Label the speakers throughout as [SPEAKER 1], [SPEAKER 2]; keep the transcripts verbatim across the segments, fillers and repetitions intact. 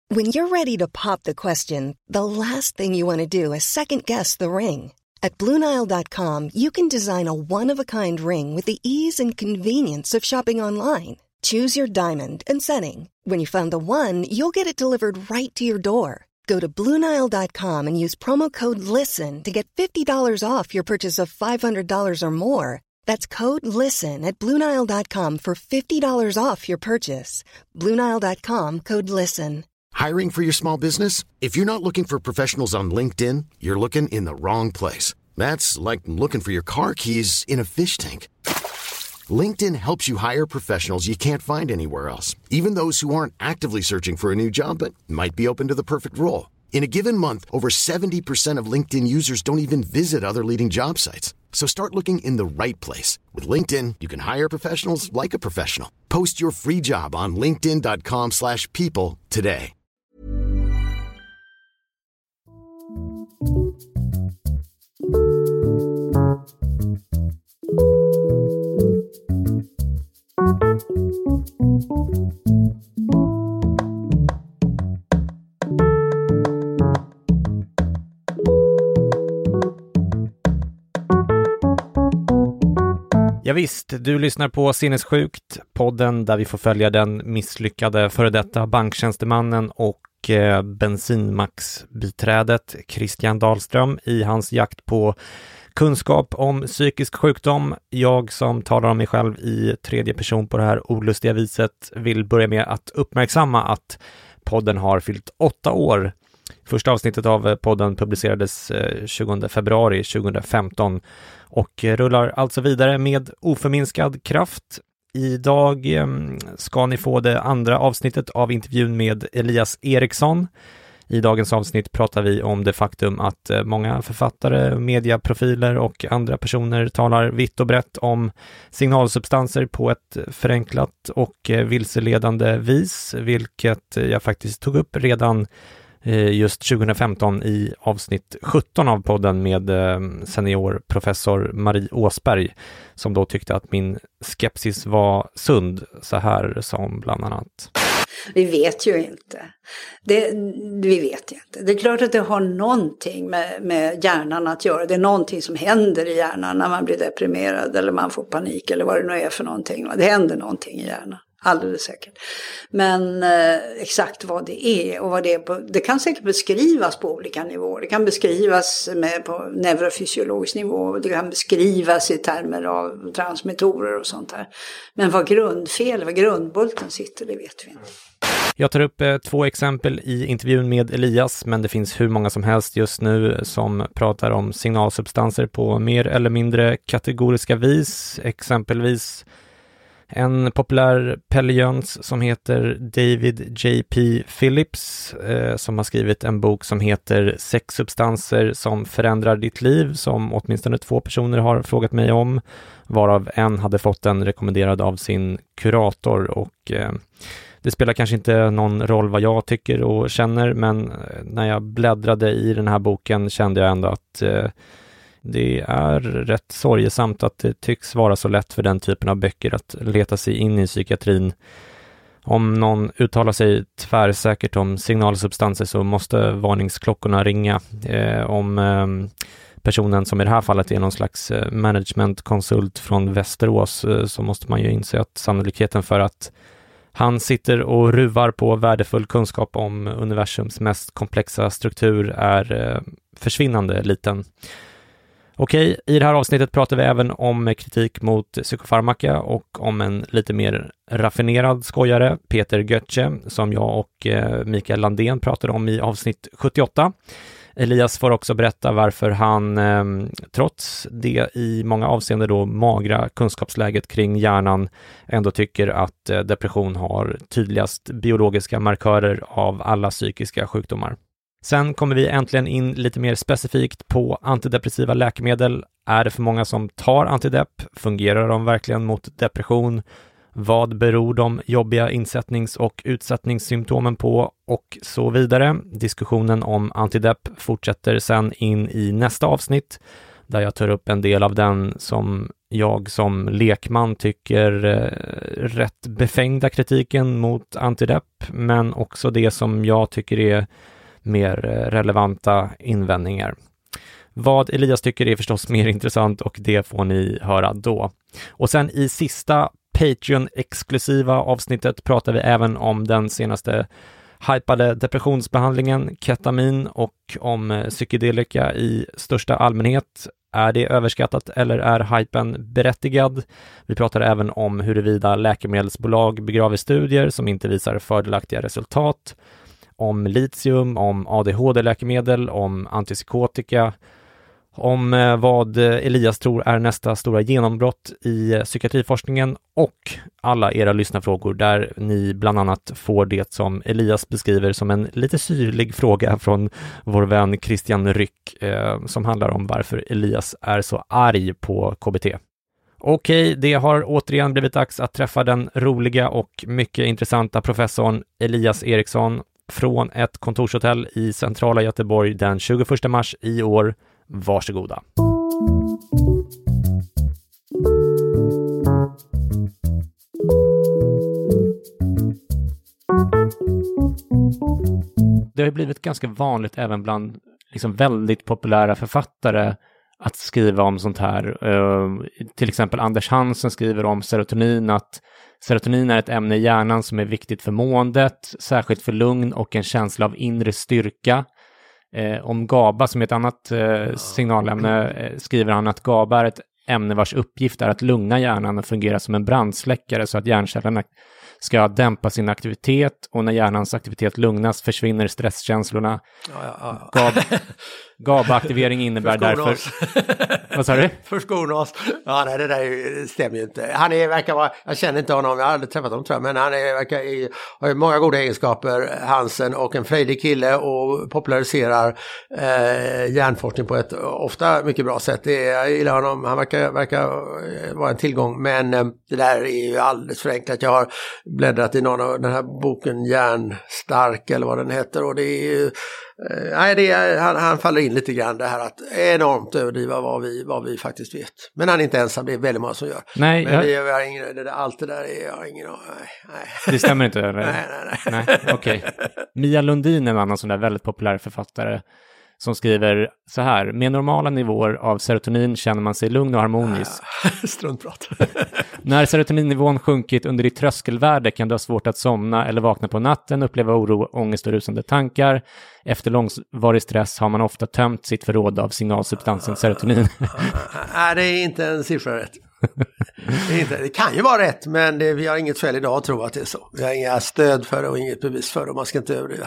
[SPEAKER 1] When you're ready to pop the question, the last thing you want to do is second-guess the ring. At Blue Nile dot com, you can design a one-of-a-kind ring with the ease and convenience of shopping online. Choose your diamond and setting. When you find the one, you'll get it delivered right to your door. Go to Blue Nile dot com and use promo code LISTEN to get fifty dollars off your purchase of five hundred dollars or more. That's code LISTEN at Blue Nile dot com for fifty dollars off your purchase. Blue Nile dot com, code LISTEN.
[SPEAKER 2] Hiring for your small business? If you're not looking for professionals on LinkedIn, you're looking in the wrong place. That's like looking for your car keys in a fish tank. LinkedIn helps you hire professionals you can't find anywhere else, even those who aren't actively searching for a new job but might be open to the perfect role. In a given month, over seventy percent of LinkedIn users don't even visit other leading job sites. So start looking in the right place. With LinkedIn, you can hire professionals like a professional. Post your free job on linkedin dot com slash people today.
[SPEAKER 3] Ja visst, du lyssnar på Sinnessjukt, podden där vi får följa den misslyckade före detta banktjänstemannen och eh, bensinmaxbiträdet Christian Dahlström i hans jakt på kunskap om psykisk sjukdom. Jag som talar om mig själv i tredje person på det här olustiga viset vill börja med att uppmärksamma att podden har fyllt åtta år. Första avsnittet av podden publicerades tjugonde februari tjugohundrafemton och rullar alltså vidare med oförminskad kraft. Idag ska ni få det andra avsnittet av intervjun med Elias Eriksson. I dagens avsnitt pratar vi om det faktum att många författare, mediaprofiler och andra personer talar vitt och brett om signalsubstanser på ett förenklat och vilseledande vis, vilket jag faktiskt tog upp redan just tjugohundrafemton i avsnitt sjutton av podden med seniorprofessor Marie Åsberg, som då tyckte att min skepsis var sund, så här som bland annat.
[SPEAKER 4] Vi vet ju inte. Det, vi vet inte. Det är klart att det har någonting med, med hjärnan att göra. Det är någonting som händer i hjärnan när man blir deprimerad eller man får panik eller vad det nu är för någonting. Det händer någonting i hjärnan. Alldeles säkert. Men eh, exakt vad det är och vad det är på, det kan säkert beskrivas på olika nivåer. Det kan beskrivas med, på neurofysiologisk nivå. Det kan beskrivas i termer av transmittorer och sånt här. Men vad grundfel, vad grundbulten sitter, det vet vi inte.
[SPEAKER 3] Jag tar upp eh, två exempel i intervjun med Elias, men det finns hur många som helst just nu som pratar om signalsubstanser på mer eller mindre kategoriska vis. Exempelvis en populär Pellions som heter David J P Phillips eh, som har skrivit en bok som heter Sex substanser som förändrar ditt liv, som åtminstone två personer har frågat mig om, varav en hade fått den rekommenderad av sin kurator. Och eh, det spelar kanske inte någon roll vad jag tycker och känner, men när jag bläddrade i den här boken kände jag ändå att eh, det är rätt sorgesamt att det tycks vara så lätt för den typen av böcker att leta sig in i psykiatrin. Om någon uttalar sig tvärsäkert om signalsubstanser så måste varningsklockorna ringa. Eh, om eh, personen som i det här fallet är någon slags managementkonsult från Västerås eh, så måste man ju inse att sannolikheten för att han sitter och ruvar på värdefull kunskap om universums mest komplexa struktur är eh, försvinnande liten. Okej, i det här avsnittet pratar vi även om kritik mot psykofarmaka och om en lite mer raffinerad skojare, Peter Götze, som jag och eh, Mikael Landén pratade om i avsnitt sjuttioåtta. Elias får också berätta varför han, eh, trots det i många avseenden då magra kunskapsläget kring hjärnan, ändå tycker att eh, depression har tydligast biologiska markörer av alla psykiska sjukdomar. Sen kommer vi äntligen in lite mer specifikt på antidepressiva läkemedel. Är det för många som tar antidepp? Fungerar de verkligen mot depression? Vad beror de jobbiga insättnings- och utsättningssymptomen på? Och så vidare. Diskussionen om antidepp fortsätter sen in i nästa avsnitt. där jag tar upp en del av den som jag som lekman tycker eh, rätt befängda kritiken mot antidepp, men också det som jag tycker är mer relevanta invändningar. Vad Elias tycker är förstås mer intressant och det får ni höra då. Och sen i sista Patreon-exklusiva avsnittet pratar vi även om den senaste hypade depressionsbehandlingen ketamin och om psykedelika i största allmänhet. Är det överskattat eller är hypen berättigad? Vi pratar även om huruvida läkemedelsbolag begraver studier som inte visar fördelaktiga resultat, om litium, om A D H D-läkemedel, om antipsykotika, om vad Elias tror är nästa stora genombrott i psykiatriforskningen och alla era lyssnarfrågor där ni bland annat får det som Elias beskriver som en lite syrlig fråga från vår vän Christian Ryck eh, som handlar om varför Elias är så arg på K B T. Okej, det har återigen blivit dags att träffa den roliga och mycket intressanta professorn Elias Eriksson från ett kontorshotell i centrala Göteborg den tjugoförsta mars i år. Varsågoda. Det har blivit ganska vanligt även bland liksom väldigt populära författare att skriva om sånt här. Uh, till exempel Anders Hansen skriver om serotonin, att serotonin är ett ämne i hjärnan som är viktigt för måendet, särskilt för lugn och en känsla av inre styrka. Eh, om GABA som är ett annat eh, signalämne eh, skriver han att GABA är ett ämne vars uppgift är att lugna hjärnan och fungera som en brandsläckare så att hjärncellerna ska dämpa sin aktivitet, och när hjärnans aktivitet lugnas försvinner stresskänslorna.
[SPEAKER 5] Ja, ja, ja.
[SPEAKER 3] GABA, GABA-aktivering innebär därför... Vad sa du?
[SPEAKER 5] Förskona oss. Ja, nej, det där stämmer ju inte. Han är, verkar vara, jag känner inte honom, jag har aldrig träffat honom tror jag, men han är, verkar i, har många goda egenskaper, Hansen, och en frejdig kille och populariserar eh, hjärnforskning på ett ofta mycket bra sätt. Det, jag gillar honom, han verkar, verkar vara en tillgång, men eh, det där är ju alldeles förenklat. Jag har bläddrat i någon av den här boken Hjärnstark eller vad den heter, och det är ju Nej, det är, han, han faller in lite grann det här att enormt överdriva vad vi, vad vi faktiskt vet. Men han är inte ensam, det är väldigt många som gör.
[SPEAKER 3] Nej,
[SPEAKER 5] Men
[SPEAKER 3] jag...
[SPEAKER 5] vi, vi har ingen, det där, allt det där är jag ingen... Nej, nej.
[SPEAKER 3] Det stämmer inte? Eller?
[SPEAKER 5] nej, nej, nej.
[SPEAKER 3] nej Okej. Okay. Mia Lundin är en annan sån där väldigt populär författare som skriver så här: med normala nivåer av serotonin känner man sig lugn och harmonisk.
[SPEAKER 5] Ja, struntprat.
[SPEAKER 3] När serotoninnivån sjunkit under ditt tröskelvärde kan du ha svårt att somna eller vakna på natten, uppleva oro, ångest och rusande tankar. Efter långvarig stress har man ofta tömt sitt förråd av signalsubstansen serotonin.
[SPEAKER 5] Nej, det är inte en siffra rätt. Det, är inte, det kan ju vara rätt, men det, vi har inget skäl idag att tro att det är så. Vi har inga stöd för det och inget bevis för det, och man ska inte överdriva.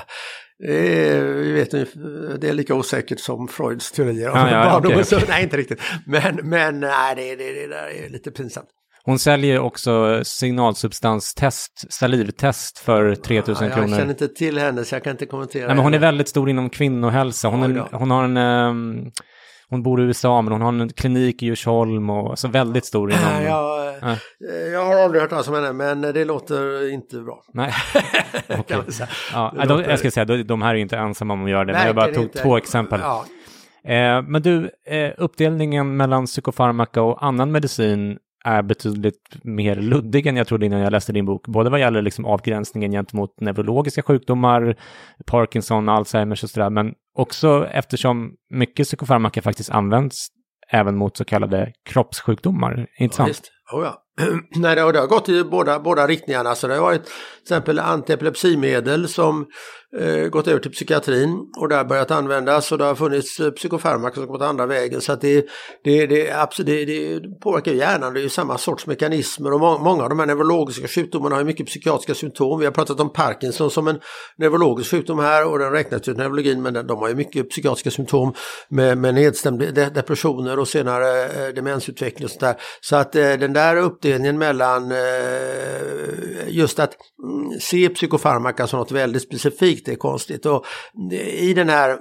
[SPEAKER 5] Det är, vi vet, det är lika osäkert som Freuds teorier.
[SPEAKER 3] Ah, ja, okay, okay.
[SPEAKER 5] Nej, inte riktigt. Men, men nej, det, det, det där är lite pinsamt.
[SPEAKER 3] Hon säljer också signalsubstanstest, salivtest för tre tusen
[SPEAKER 5] ja,
[SPEAKER 3] kronor.
[SPEAKER 5] Jag känner inte till henne så jag kan inte kommentera.
[SPEAKER 3] Nej, men hon är väldigt stor inom kvinnohälsa. Hon, är, hon har en... Um, hon bor i U S A, men hon har en klinik i Djursholm och alltså väldigt stor inom...
[SPEAKER 5] Ja, jag,
[SPEAKER 3] ja.
[SPEAKER 5] jag har aldrig hört talas om henne, men det låter inte bra.
[SPEAKER 3] Nej, okej. Okay. Ja, låter... Jag ska säga, de, de här är inte ensamma om att göra det, men jag bara tog
[SPEAKER 5] inte.
[SPEAKER 3] två exempel.
[SPEAKER 5] Ja.
[SPEAKER 3] Eh, men du, eh, uppdelningen mellan psykofarmaka och annan medicin är betydligt mer luddig än jag trodde innan jag läste din bok. Både vad gäller liksom avgränsningen gentemot neurologiska sjukdomar, Parkinson, Alzheimers och sådär, men också eftersom mycket psykofarmaka faktiskt används även mot så kallade kroppssjukdomar. Inte sant?
[SPEAKER 5] Ja, visst. Oh, ja. Nej, det har, det har gått i båda, båda riktningarna. Så det har varit till exempel antiepilepsimedel som eh, gått över till psykiatrin och där börjat användas, och det har funnits eh, psykofarmaka som gått andra vägen. Så att det, det, det, absolut, det, det påverkar hjärnan, det är ju samma sorts mekanismer, och må, många av de här neurologiska sjukdomarna har ju mycket psykiatriska symptom. Vi har pratat om Parkinson som en neurologisk sjukdom här, och den räknas ut neurologin, men den, de har ju mycket psykiatriska symptom med, med nedstämda de, depressioner och senare eh, demensutveckling och sånt där. Så att eh, den där upp uppdelningen mellan eh, just att mm, se psykofarmaka som något väldigt specifikt är konstigt. Och i den här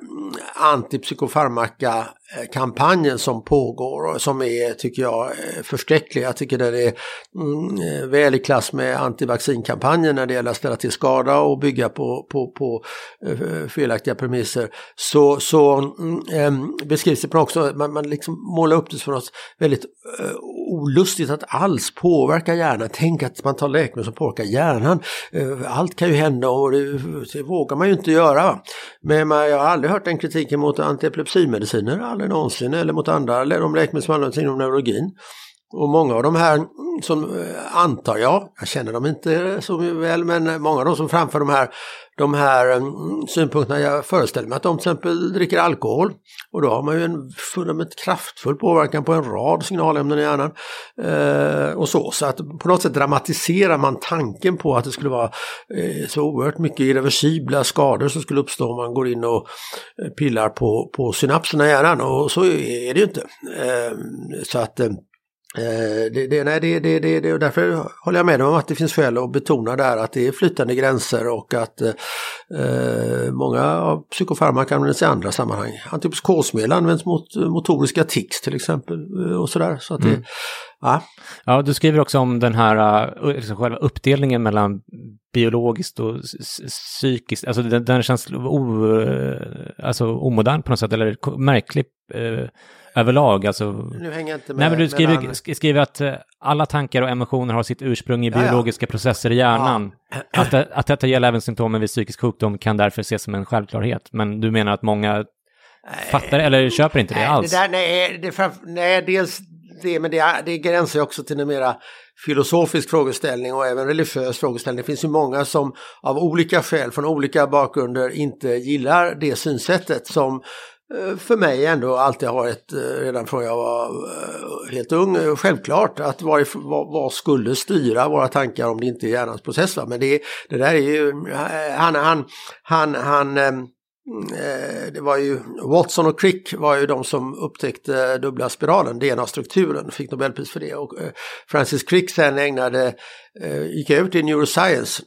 [SPEAKER 5] antipsykofarmaka-kampanjen som pågår och som är, tycker jag, förskräcklig. Jag tycker den är mm, väl i klass med antivaccinkampanjen när det gäller att ställa till skada och bygga på, på, på uh, felaktiga premisser. Så, så um, beskrivs det på också, man, man liksom målar upp det för något väldigt uh, olustigt att alls påverka hjärnan. Tänk att man tar läkemedel som påverkar hjärnan. Uh, allt kan ju hända och det, det vågar man ju inte göra. Men man, jag har aldrig hört den kritiken mot antiepilepsimediciner, aldrig någonsin, eller mot andra, eller de läkemedel som används inom neurologin. Och många av de här som antar jag, jag känner dem inte så väl, men många av de som framför de här, de här synpunkterna, jag föreställer mig att de till exempel dricker alkohol. Och då har man ju en fundament kraftfull påverkan på en rad signalämnen i hjärnan. Eh, och så, så att på något sätt dramatiserar man tanken på att det skulle vara eh, så oerhört mycket irreversibla skador som skulle uppstå om man går in och pillar på, på synapserna i hjärnan. Och så är det ju inte. Eh, så att... Eh, Det, det, nej, det, det, det, det, och därför håller jag med om att det finns skäl att betona där att det är flytande gränser och att eh, många av psykofarmaka används i andra sammanhang. Antipsykosmedel används mot motoriska tics till exempel och sådär. Så att det, mm. ja.
[SPEAKER 3] Ja, du skriver också om den här liksom själva uppdelningen mellan biologiskt och psykiskt. Alltså den, den känns o, alltså omodern på något sätt, eller märklig eh, överlag. Alltså,
[SPEAKER 5] nu hänger jag inte med.
[SPEAKER 3] Nej, men du skriver, skriver att alla tankar och emotioner har sitt ursprung i biologiska ja, ja. processer i hjärnan. Ja. Att, att detta gäller även symptomen vid psykisk sjukdom kan därför ses som en självklarhet. Men du menar att många nej, fattar eller köper inte
[SPEAKER 5] nej,
[SPEAKER 3] det alls?
[SPEAKER 5] Det där, nej, det framf- nej, dels det, men det, det gränsar ju också till en mera filosofisk frågeställning och även religiös frågeställning. Det finns ju många som av olika skäl, från olika bakgrunder, inte gillar det synsättet som för mig ändå alltid har varit, redan från jag var helt ung, självklart att vad, vad skulle styra våra tankar om det inte är hjärnans process. Va? Men det, det där är ju, han, han, han, han det var ju Watson och Crick var ju de som upptäckte dubbla spiralen, D N A-strukturen, fick Nobelpris för det. Och Francis Crick sen ägnade, gick ut i neuroscience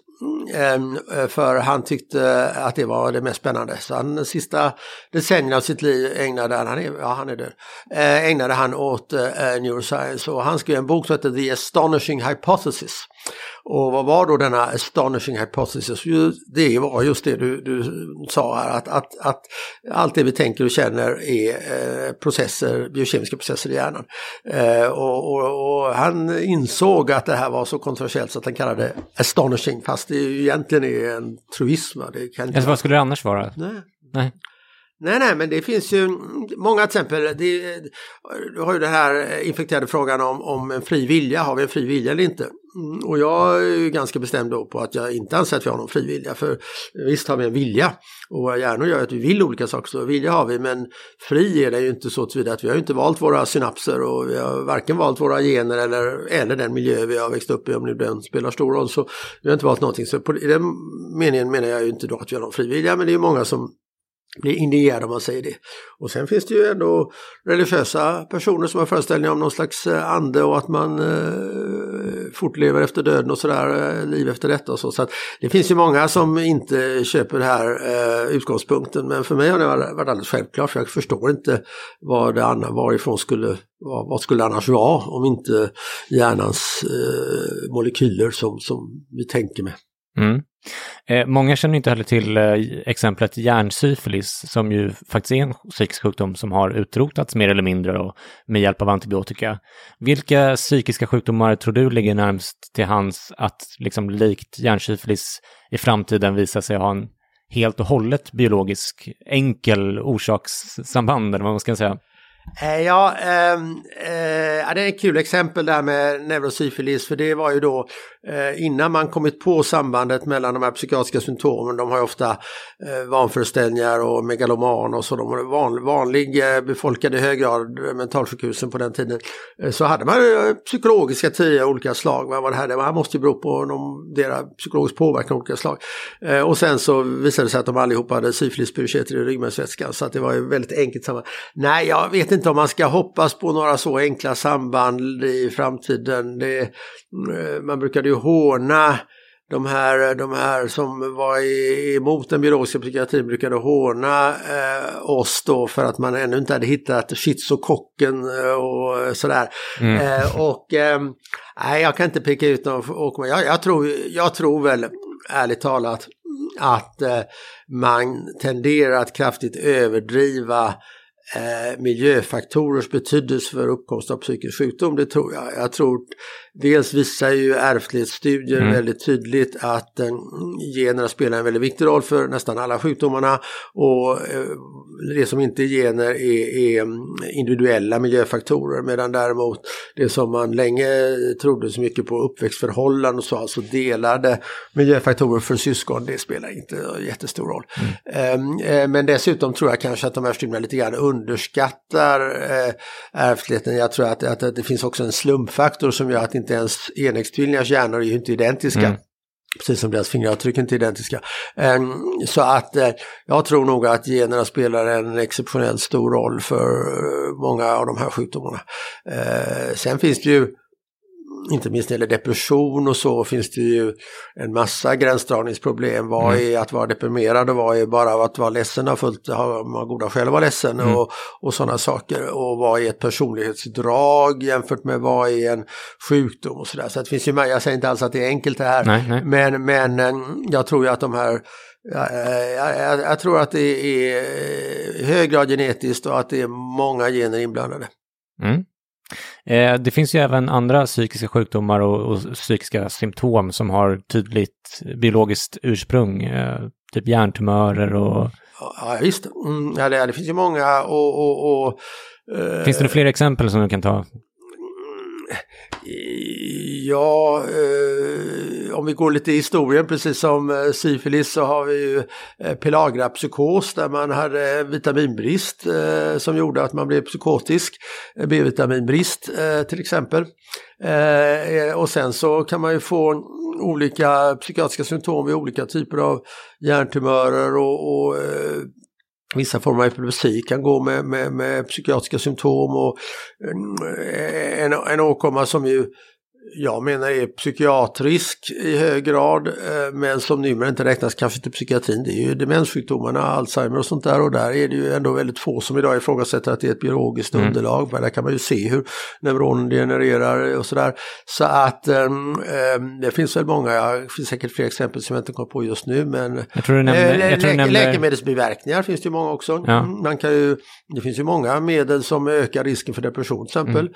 [SPEAKER 5] för han tyckte att det var det mest spännande. Så han sista decennien av sitt liv ägnade han, är, ja, han är död, ägnade han åt uh, neuroscience, och han skrev en bok som heter The Astonishing Hypothesis. Och vad var då denna astonishing hypothesis? Det var just det du, du sa här, att, att, att allt det vi tänker och känner är eh, processer, biokemiska processer i hjärnan. Eh, och, och, och han insåg att det här var så kontroversiellt så att han kallade det astonishing, fast det ju egentligen är en truism. Det kan inte
[SPEAKER 3] alltså, vad skulle det annars vara?
[SPEAKER 5] Nej.
[SPEAKER 3] Nej.
[SPEAKER 5] Nej, nej, men det finns ju många exempel. Det, du har ju den här infekterade frågan om, om en fri vilja. Har vi en fri vilja eller inte? Mm, och jag är ju ganska bestämd då på att jag inte anser att vi har någon fri vilja. För visst har vi en vilja. Och våra hjärnor gör att vi vill olika saker. Så vilja har vi, men fri är det ju inte så tillvida att vi har ju inte valt våra synapser. Och vi har varken valt våra gener eller, eller den miljö vi har växt upp i, om nu den spelar stor roll. Så vi har inte valt någonting. Så på, i den meningen menar jag ju inte då att vi har någon fri vilja. Men det är ju många som blir indignerade om man säger det. Och sen finns det ju ändå religiösa personer som har föreställningar om någon slags ande och att man eh, fortlever efter döden och sådär, eh, liv efter detta och så. Så att det finns ju många som inte köper det här eh, utgångspunkten, men för mig har det varit alldeles självklart, för jag förstår inte vad det annars, varifrån skulle, vad, vad skulle annars vara om inte hjärnans eh, molekyler som, som vi tänker med.
[SPEAKER 3] Mm. Eh, många känner inte heller till eh, exemplet hjärnsyfilis, som ju faktiskt är en psykisk sjukdom som har utrotats mer eller mindre och med hjälp av antibiotika. Vilka psykiska sjukdomar tror du ligger närmast till hands att liksom likt hjärnsyfilis i framtiden visar sig ha en helt och hållet biologisk enkel orsakssamband, eller vad man ska säga?
[SPEAKER 5] Ja, äh, äh, det är ett kul exempel där med neurosyfilis, för det var ju då äh, innan man kommit på sambandet mellan de här psykiatriska symptomen. De har ju ofta äh, vanföreställningar och megaloman och så. De var van, vanlig äh, befolkade i hög grad mentalsjukhusen på den tiden. Äh, så hade man äh, psykologiska teorier av olika slag. Vad var det här? Det här måste ju bero på någon, deras psykologisk påverkan av olika slag. Äh, och sen så visade det sig att de allihopa hade syfilis, pyrketer i ryggmärgsvätskan. Så att det var ju väldigt enkelt samman. Nej, jag vet inte inte om man ska hoppas på några så enkla samband i framtiden. Det, man brukade ju håna de här, de här som var emot den biologiska psykiatrin, brukade håna eh, oss då för att man ännu inte hade hittat schizokocken och sådär. Mm. Eh, och eh, nej, jag kan inte peka ut någon. Jag, jag, tror, jag tror väl ärligt talat att eh, man tenderar att kraftigt överdriva Eh, miljöfaktorers betydelse för uppkomst av psykisk sjukdom, det tror jag. Jag tror dels visar ju ärftlighetsstudier mm. väldigt tydligt att eh, generna spelar en väldigt viktig roll för nästan alla sjukdomarna, och eh, det som inte är gener är, är individuella miljöfaktorer, medan däremot det som man länge trodde så mycket på, uppväxtförhållanden och så, alltså delade miljöfaktorer för syskon, det spelar inte jättestor roll. Mm. Eh, men dessutom tror jag kanske att de här studierna lite grann underskattar eh, ärftligheten. Jag tror att, att, att det finns också en slumpfaktor som gör att inte ens enäggstvilingars hjärnor är ju inte identiska. Mm. Precis som deras fingeravtryck inte är identiska. Um, så att uh, jag tror nog att generna spelar en exceptionellt stor roll för uh, många av de här sjukdomarna. Uh, sen finns det ju, inte minst när det gäller depression och så, finns det ju en massa gränsdragningsproblem. Vad mm. är att vara deprimerad och vad är bara att vara ledsen och fullt ha man goda skäl att vara ledsen mm. och, och sådana saker. Och vad är ett personlighetsdrag jämfört med vad är en sjukdom och sådär. Så det finns ju, jag säger inte alls att det är enkelt det här. Nej, nej. Men, men jag tror ju att de här Jag, jag, jag tror att det är i hög grad genetiskt och att det är många gener inblandade.
[SPEAKER 3] Mm. Eh, det finns ju även andra psykiska sjukdomar och, och psykiska symptom som har tydligt biologiskt ursprung, eh, typ hjärntumörer och...
[SPEAKER 5] Ja, visst. Mm, ja, det, det finns ju många och... och, och
[SPEAKER 3] eh... Finns det några fler exempel som du kan ta?
[SPEAKER 5] Ja, eh, om vi går lite i historien, precis som eh, syfilis, så har vi ju eh, pelagrapsykos där man hade vitaminbrist eh, som gjorde att man blev psykotisk, eh, B-vitaminbrist eh, till exempel. Eh, och sen så kan man ju få olika psykiatriska symptom vid olika typer av hjärntumörer och, och eh, vissa former av epilepsi kan gå med, med, med psykiatriska symptom, och en, en åkomma som ju jag menar är psykiatrisk i hög grad, men som numera inte räknas kanske till psykiatrin, det är ju demenssjukdomarna, Alzheimer och sånt där, och där är det ju ändå väldigt få som idag ifrågasätter att det är ett biologiskt mm. underlag, men där kan man ju se hur neuronen genererar och sådär. Så att um, det finns väl många, det finns säkert fler exempel som jag inte kommer på just nu, men
[SPEAKER 3] jag tror du nämnde,
[SPEAKER 5] lä-
[SPEAKER 3] jag tror du nämnde...
[SPEAKER 5] läkemedelsbiverkningar finns det ju många också. Ja. Man kan ju, det finns ju många medel som ökar risken för depression till exempel,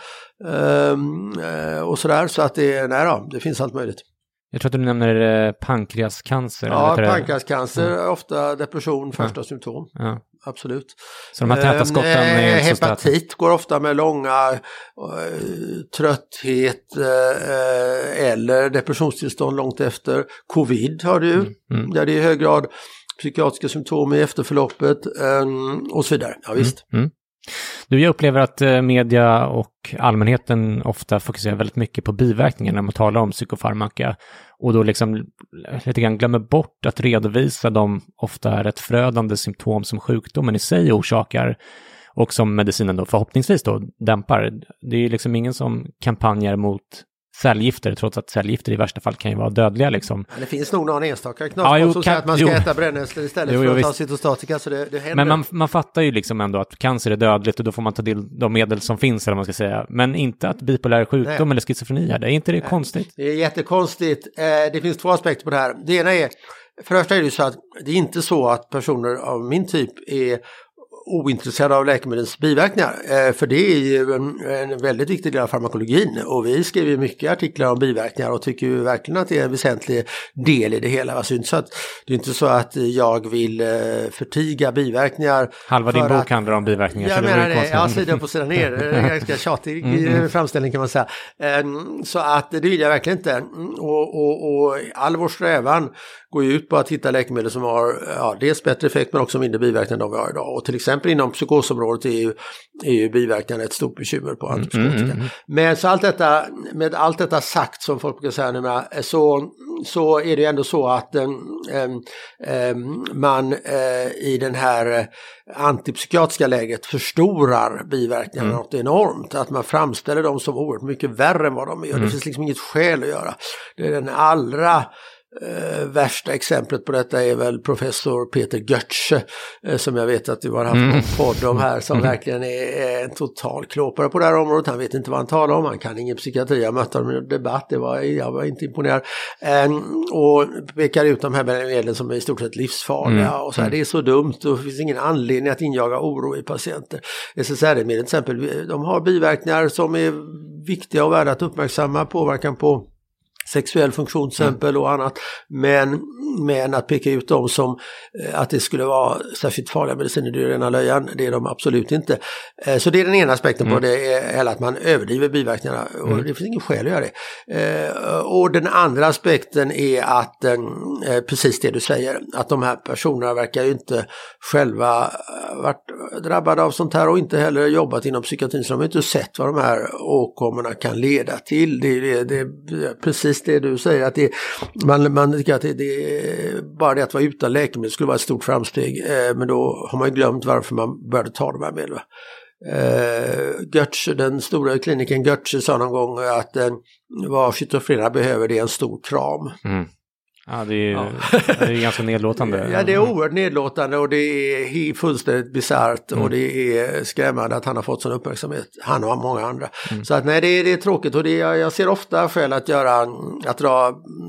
[SPEAKER 5] mm. um, och sådär. Så att det, nej då, det finns allt möjligt.
[SPEAKER 3] Jag tror att du nämner eh, pankreascancer.
[SPEAKER 5] Ja, pankreascancer, mm. ofta depression, första ja. symptom.
[SPEAKER 3] Ja.
[SPEAKER 5] Absolut.
[SPEAKER 3] Så de här täta skotten är
[SPEAKER 5] eh, hepatit går ofta med långa eh, trötthet eh, eller depressionstillstånd långt efter. Covid har du, mm. Mm. där det är i hög grad psykiatriska symptom i efterförloppet eh, och så vidare. Ja, visst.
[SPEAKER 3] Mm. Mm. Du, jag upplever att media och allmänheten ofta fokuserar väldigt mycket på biverkningar när man talar om psykofarmaka, och då liksom lite grann glömmer bort att redovisa de ofta rätt förödande symptom som sjukdomen i sig orsakar och som medicinen då förhoppningsvis då dämpar. Det är liksom ingen som kampanjar mot cellgifter, trots att cellgifter i värsta fall kan ju vara dödliga liksom.
[SPEAKER 5] Det finns nog någon enstaka knappast ja, som säger att man ska jo. äta brännässlor istället jo, jo, för att ta cytostatika, så det, det händer.
[SPEAKER 3] Men man, man fattar ju liksom ändå att cancer är dödligt och då får man ta till de medel som finns, eller man ska säga. Men inte att bipolär sjukdom Nej. eller schizofreni är det. Är inte det Nej. konstigt?
[SPEAKER 5] Det är jättekonstigt. Eh, det finns två aspekter på det här. Det ena är, för det första är det ju så att det är inte så att personer av min typ är ointresserade av läkemedels biverkningar, eh, för det är ju en, en väldigt viktig del av farmakologin, och vi skriver mycket artiklar om biverkningar och tycker ju verkligen att det är en väsentlig del i det hela. Alltså, så att, det är inte så att jag vill eh, förtiga biverkningar.
[SPEAKER 3] Halva din bok att, handlar om biverkningar.
[SPEAKER 5] Jag menar det, ja, sidan upp och sidan ner, det är ganska tjatig mm. framställning kan man säga. Eh, så att det vill jag verkligen inte, och, och, och all vår strävan går ju ut på att hitta läkemedel som har ja, dels bättre effekt men också mindre biverkningar än de vi har idag. Och till exempel inom psykosområdet är ju, är ju biverkningarna ett stort bekymmer på antipsykotika. Mm, mm, mm. Men så allt detta, med allt detta sagt som folk brukar säga numera, så, så är det ändå så att äm, äm, man äh, i den här antipsykiatriska läget förstorar biverkningarna mm. något enormt. Att man framställer dem som oerhört mycket värre än vad de är. Mm. Det finns liksom inget skäl att göra. Det är den allra Uh, värsta exemplet på detta är väl professor Peter Götze uh, som jag vet att du har haft mm. en podd om här som mm. verkligen är, är en total klåpare på det här området. Han vet inte vad han talar om, han kan ingen psykiatri. Jag mötte honom i en debatt, det var, jag var inte imponerad. Um, och pekar ut de här medlen som är i stort sett livsfarliga mm. och så här, det är så dumt och det finns ingen anledning att injaga oro i patienter. S S R I-medel till exempel, de har biverkningar som är viktiga och värda att uppmärksamma, påverkan på sexuell funktion till exempel och annat, men, men att peka ut dem som att det skulle vara särskilt farliga mediciner, det är rena löjan, det är de absolut inte. Så det är den ena aspekten mm. på det, är att man överdriver biverkningarna och mm. det finns ingen skäl att göra det. Och den andra aspekten är att precis det du säger, att de här personerna verkar ju inte själva varit drabbade av sånt här och inte heller jobbat inom psykiatrin, så de har inte sett vad de här åkommorna kan leda till. Det, det, det är precis det du säger, att det, man, man tycker att det, det är bara det att vara utan läkemedel skulle vara ett stort framsteg, eh, men då har man ju glömt varför man började ta de här medlen. Eh, Götze, den stora kliniken Götze sa någon gång att eh, vad schizofrena behöver det är en stor kram.
[SPEAKER 3] Mm. Ja, det är, ja. det är ganska nedlåtande.
[SPEAKER 5] Ja, det är oerhört nedlåtande och det är fullständigt bisarrt mm. och det är skrämmande att han har fått sån uppmärksamhet. Han och många andra. Mm. Så att nej, det är, det är tråkigt och det är, jag ser ofta skäl att göra, att dra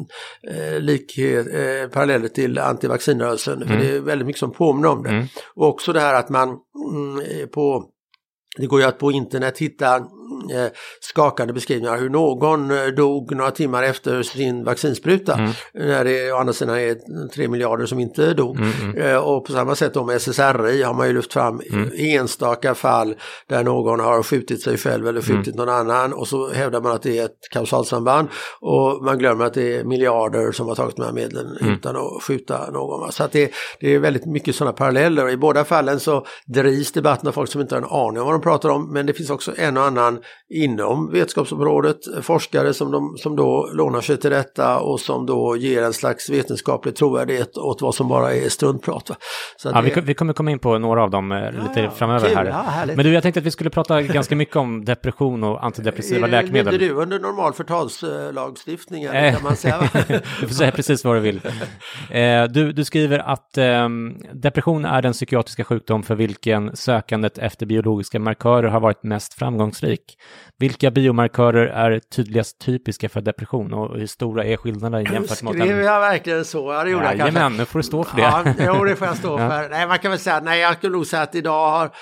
[SPEAKER 5] eh, lik, eh, paralleller till antivaccinrörelsen. Mm. För det är väldigt mycket som påminner om det. Mm. Och också det här att man mm, på, det går ju att på internet hitta Eh, skakande beskrivningar hur någon eh, dog några timmar efter sin vaccinspruta mm. när det å andra sidan är tre miljarder som inte dog mm, mm. Eh, och på samma sätt med S S R I har man ju lyft fram mm. enstaka fall där någon har skjutit sig själv eller skjutit mm. någon annan och så hävdar man att det är ett kausalsamband och man glömmer att det är miljarder som har tagit de här medlen mm. utan att skjuta någon. Så att det, det är väldigt mycket sådana paralleller och i båda fallen så drivs debatten av folk som inte har en aning om vad de pratar om, men det finns också en och annan inom vetenskapsområdet, forskare som, de, som då lånar sig till detta och som då ger en slags vetenskaplig trovärdighet åt vad som bara är struntprat. Va? Så
[SPEAKER 3] ja,
[SPEAKER 5] det...
[SPEAKER 3] vi, vi kommer komma in på några av dem ja, lite ja, framöver kul, här. Ja, men du, jag tänkte att vi skulle prata ganska mycket om depression och antidepressiva är, läkemedel.
[SPEAKER 5] Är du under normal förtalslagstiftning? Eh. Kan man säga,
[SPEAKER 3] du får säga precis vad du vill. Eh, du, du skriver att eh, depression är den psykiatriska sjukdom för vilken sökandet efter biologiska markörer har varit mest framgångsrik. Vilka biomarkörer är tydligast typiska för depression och hur stora är skillnaderna jämfört med...
[SPEAKER 5] Skrev jag verkligen så? Ja, det gjorde ja, jag kanske.
[SPEAKER 3] Jajamän, nu får du stå för det.
[SPEAKER 5] Ja, jo, det får jag stå för. Nej, man kan väl säga, nej, jag skulle nog säga att idag har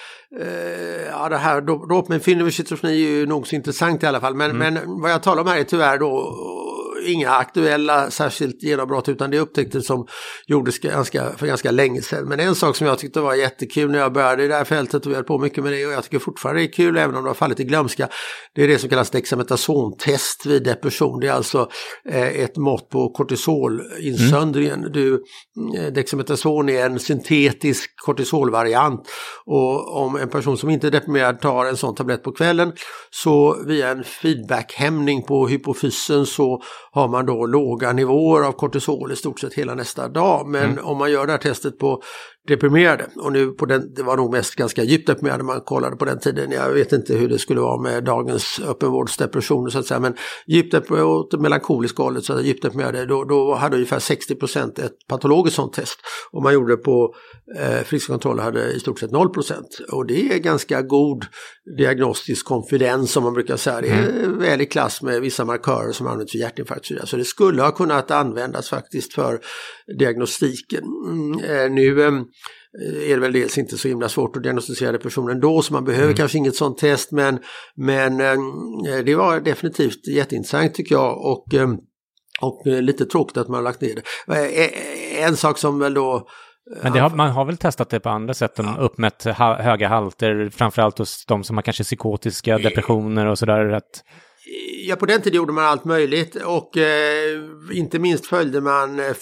[SPEAKER 5] eh, ja, det här dopamine vid schizofreni är ju nog så intressant i alla fall. Men, mm. men vad jag talar om här är tyvärr då inga aktuella särskilt genombrott, utan det upptäcktes som gjordes ganska, för ganska länge sedan. Men en sak som jag tyckte var jättekul när jag började i det här fältet och vi höll på mycket med det och jag tycker fortfarande det är kul även om det har fallit i glömska, det är det som kallas dexamethason-test vid depression. Det är alltså eh, ett mått på kortisolinsöndringen. Mm. Du, eh, dexamethason är en syntetisk kortisolvariant och om en person som inte är deprimerad tar en sån tablett på kvällen så via en feedbackhämning på hypofysen så har man då låga nivåer av kortisol i stort sett hela nästa dag. Men mm. om man gör det här testet på deprimerade, och nu på den, det var nog mest ganska djupt deprimerade man kollade på den tiden. Jag vet inte hur det skulle vara med dagens öppenvårdsdepressioner så att säga, men djupt deprimerade, melankoliska hållet, så att djupt deprimerade, då, då hade ungefär sextio procent ett patologiskt sånt test. Och man gjorde det på eh, friska kontroller hade i stort sett noll procent. Och det är ganska god diagnostisk konfidens som man brukar säga. Det är mm. väl i klass med vissa markörer som används för hjärtinfarkt. Så det skulle ha kunnat användas faktiskt för diagnostiken. Mm, eh, nu eh, är det väl dels inte så himla svårt att diagnostisera depressionen då, så man behöver mm. kanske inget sånt test, men, men eh, det var definitivt jätteintressant tycker jag, och, eh, och lite tråkigt att man har lagt ner det. Eh, en sak som väl då
[SPEAKER 3] Men det har, man har väl testat det på andra sätt, ja. Uppmätt ha, höga halter, framförallt hos de som har kanske psykotiska depressioner och sådär. Att...
[SPEAKER 5] Ja, på den tiden gjorde man allt möjligt och eh, inte minst följde man förlopp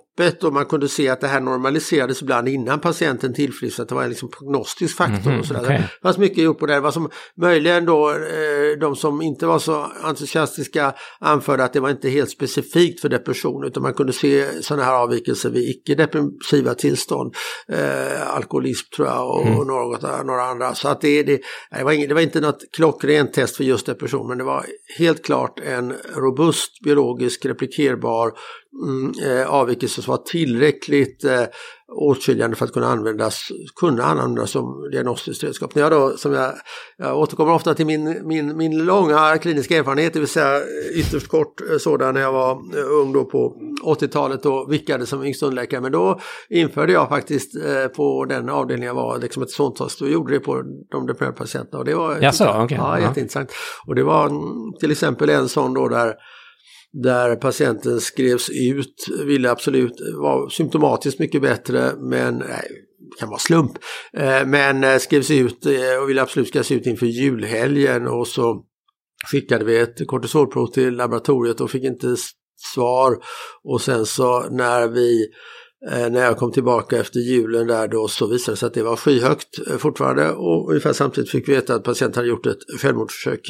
[SPEAKER 5] förloppet och man kunde se att det här normaliserades ibland innan patienten tillfrisknade, att det var en liksom prognostisk faktor
[SPEAKER 3] Mm-hmm,
[SPEAKER 5] och sådär.
[SPEAKER 3] okay.
[SPEAKER 5] Det fanns mycket gjort på det. Vad som möjligen då, eh, de som inte var så entusiastiska anförde att det var inte helt specifikt för depression, utan man kunde se sådana här avvikelser vid icke-depressiva tillstånd, eh, alkoholism tror jag och, mm. och något, några andra. Så att det, det, det, var ing, det var inte något klockrent test för just depression, men det var helt klart en robust, biologisk, replikerbar mm, eh, avvikelse som var tillräckligt eh, åtskiljande för att kunna användas, kunna användas som diagnostiskt redskap. När jag då, som jag, jag återkommer ofta till min, min, min långa kliniska erfarenhet, det vill säga ytterst kort sådan när jag var ung då på åttiotalet och vickade som yngst underläkare, men då införde jag faktiskt eh, på den avdelningen jag var liksom ett sånt test och gjorde det på de deprimerade patienterna och det var
[SPEAKER 3] Jaså, okej. Okay.
[SPEAKER 5] Ja, jätteintressant. Och det var till exempel en sån då där där patienten skrevs ut, ville absolut vara symptomatiskt mycket bättre, men nej, det kan vara slump, eh, men skrevs ut och ville absolut skrivas ut inför julhelgen och så skickade vi ett kortisolprov till laboratoriet och fick inte svar och sen så när vi när jag kom tillbaka efter julen där då så visade det sig att det var skyhögt fortfarande och ungefär samtidigt fick vi veta att patienten hade gjort ett självmordsförsök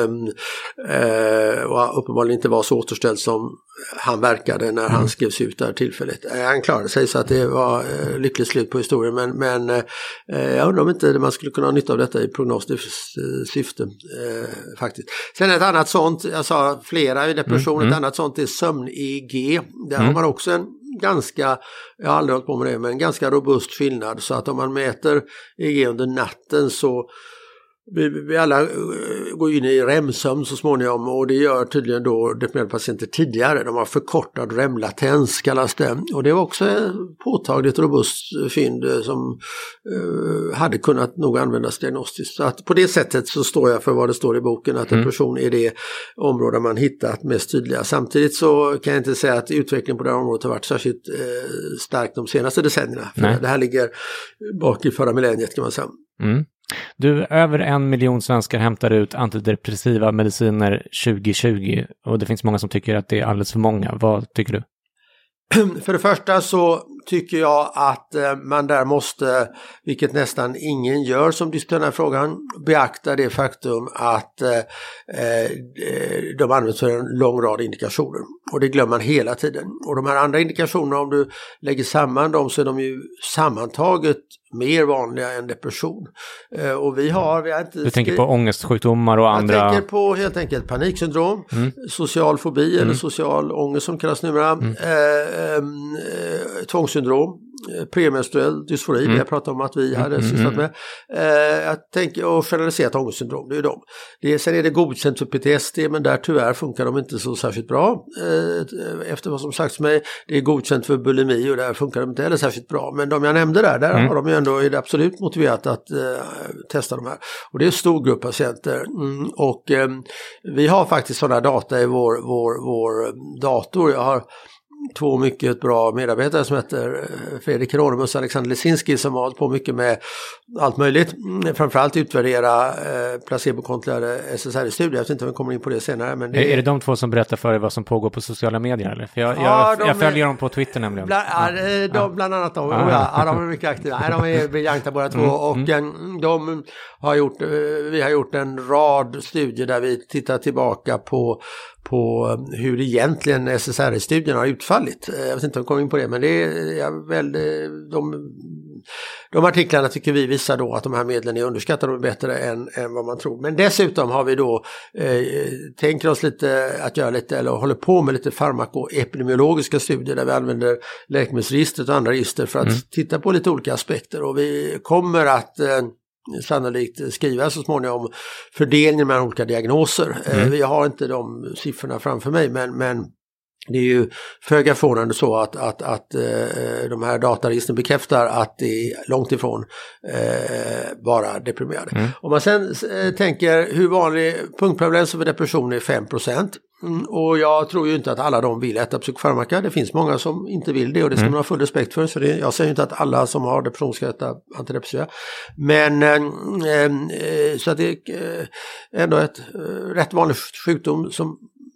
[SPEAKER 5] eh, och uppenbarligen inte var så återställd som han verkade när han skrevs ut där tillfälligt. Han klarade sig så att det var eh, lyckligt slut på historien, men, men eh, jag undrar om inte man skulle kunna ha nytta av detta i prognostiskt syfte eh, faktiskt. Sen ett annat sånt, jag sa flera i depression, mm, ett mm. annat sånt är sömn-E E G. Där mm. har man också en ganska, jag har aldrig hållit på med det, men en ganska robust skillnad, så att om man mäter E E G under natten så vi, vi alla uh, går in i REM-sömn så småningom och det gör tydligen då deprimerade patienter tidigare. De har förkortad REM-latens kallas det. Och det var också påtagligt robust fynd som uh, hade kunnat nog användas diagnostiskt. Så att på det sättet så står jag för vad det står i boken, att depression är det område man hittat mest tydliga. Samtidigt så kan jag inte säga att utvecklingen på det här området har varit särskilt uh, stark de senaste decennierna. För det här ligger bak i förra millenniet kan man säga.
[SPEAKER 3] Mm. Du, över en miljon svenskar hämtar ut antidepressiva mediciner tjugo tjugo och det finns många som tycker att det är alldeles för många. Vad tycker du?
[SPEAKER 5] För det första så tycker jag att eh, man där måste, vilket nästan ingen gör som diskuterar den här frågan, beakta det faktum att eh, eh, de används för en lång rad indikationer. Och det glömmer man hela tiden. Och de här andra indikationerna, om du lägger samman dem så är de ju sammantaget mer vanliga än depression. Eh, och vi har, vi har inte...
[SPEAKER 3] Du tänker på ångestsjukdomar och andra...
[SPEAKER 5] Jag tänker på helt enkelt paniksyndrom, mm. social fobi mm. eller social ångest som kallas numera, mm. eh, eh, tvångssyndrom, premenstruell dysfori, mm. det jag pratade om att vi hade mm. sysslat med. Eh, jag tänker, och generaliserat ångestsyndrom, det är de. Det är, sen är det godkänt för P T S D, men där tyvärr funkar de inte så särskilt bra. Eh, efter vad som sagts mig, det är godkänt för bulimi och där funkar de inte heller särskilt bra. Men de jag nämnde där, där mm. har de ju ändå, är det absolut motiverat att eh, testa de här. Och det är en stor grupp patienter. Mm, och eh, vi har faktiskt sådana data i vår, vår, vår dator. Jag har två mycket bra medarbetare som heter Fredrik Hieronymus och Alexander Lesinski som har hållit på mycket med allt möjligt. Framförallt utvärdera eh, placebokontrollerade S S R I-studier. Jag vet inte om vi kommer in på det senare. Men det...
[SPEAKER 3] Är det de två som berättar för dig vad som pågår på sociala medier? Eller? För jag, ja, jag, de jag följer är... dem på Twitter nämligen.
[SPEAKER 5] Bland, ja. de, ja. Bland annat de. Ja. Ja, ja, de är mycket aktiva. Ja, de är briljanta båda två. Mm. Och mm. de har gjort, vi har gjort en rad studier där vi tittar tillbaka på på hur egentligen S S R I-studierna har utfallit. Jag vet inte om jag kommer in på det, men det är ja, väl, de, de artiklarna tycker vi visar då att de här medlen är underskattade och bättre än, än vad man tror. Men dessutom har vi då eh, tänker oss lite att göra lite, eller håller på med lite farmakoepidemiologiska studier där vi använder läkemedelsregistret och andra register för att mm. titta på lite olika aspekter, och vi kommer att eh, sannolikt skriva så småningom fördelningen mellan olika diagnoser. Mm. Vi har inte de siffrorna framför mig, men, men det är ju föga förvånande så att, att, att eh, de här dataregistren bekräftar att det är långt ifrån eh, bara deprimerade. Mm. Om man sen eh, tänker hur vanlig punktprevalens för depression är fem procent. Mm, och jag tror ju inte att alla de vill äta psykofarmaka. Det finns många som inte vill det och det ska mm. man ha full respekt för. Så det, jag säger inte att alla som har depression ska äta antidepressiva. Men eh, eh, så att det är eh, ändå ett eh, rätt vanlig sjukdom som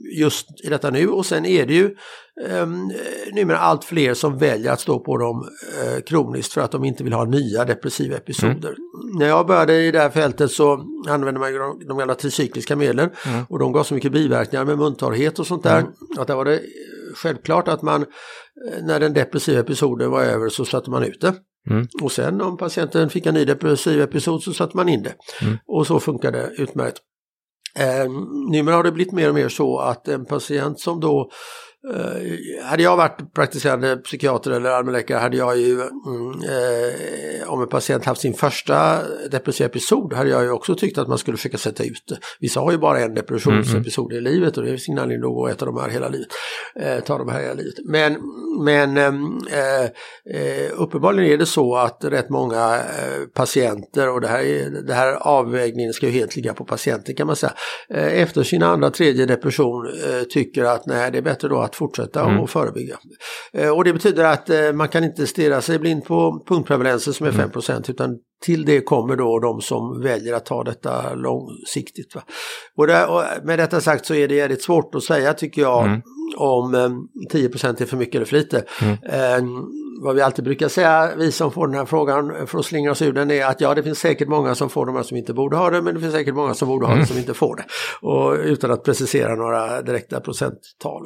[SPEAKER 5] just i detta nu. Och sen är det ju um, numera allt fler som väljer att stå på dem uh, kroniskt för att de inte vill ha nya depressiva episoder. Mm. När jag började i det här fältet så använde man de, de gamla tricykliska medlen mm. och de gav så mycket biverkningar med muntorrhet och sånt där mm. att det var det självklart att man när den depressiva episoden var över så satte man ut det. Mm. Och sen om patienten fick en ny depressiv episod så satte man in det. Mm. Och så funkar det utmärkt. Eh, numera har det blivit mer och mer så att en patient som då Uh, hade jag varit praktiserande psykiater eller allmänläkare hade jag ju mm, uh, om en patient haft sin första depressiva episod hade jag ju också tyckt att man skulle försöka sätta ut det. Vissa har ju bara en depressionsepisod mm-hmm. i livet och det finns ingen anledning att gå och äta de här hela livet. Uh, ta de här hela livet. Men, men uh, uh, uppenbarligen är det så att rätt många uh, patienter och det här, är, det här avvägningen ska ju helt ligga på patienten kan man säga. Uh, efter sin andra, tredje depression uh, tycker att nej det är bättre då att fortsätta mm. och förebygga. Eh, och det betyder att eh, man kan inte stirra sig blind på punktprevalensen som är mm. fem procent utan till det kommer då de som väljer att ta detta långsiktigt. Va? Och, där, och med detta sagt så är det väldigt svårt att säga tycker jag mm. om eh, tio procent är för mycket eller för lite. Mm. Eh, vad vi alltid brukar säga, vi som får den här frågan för att slingra oss ur den är att ja det finns säkert många som får de här som inte borde ha det men det finns säkert många som borde ha mm. det som inte får det. Och utan att precisera några direkta procenttal.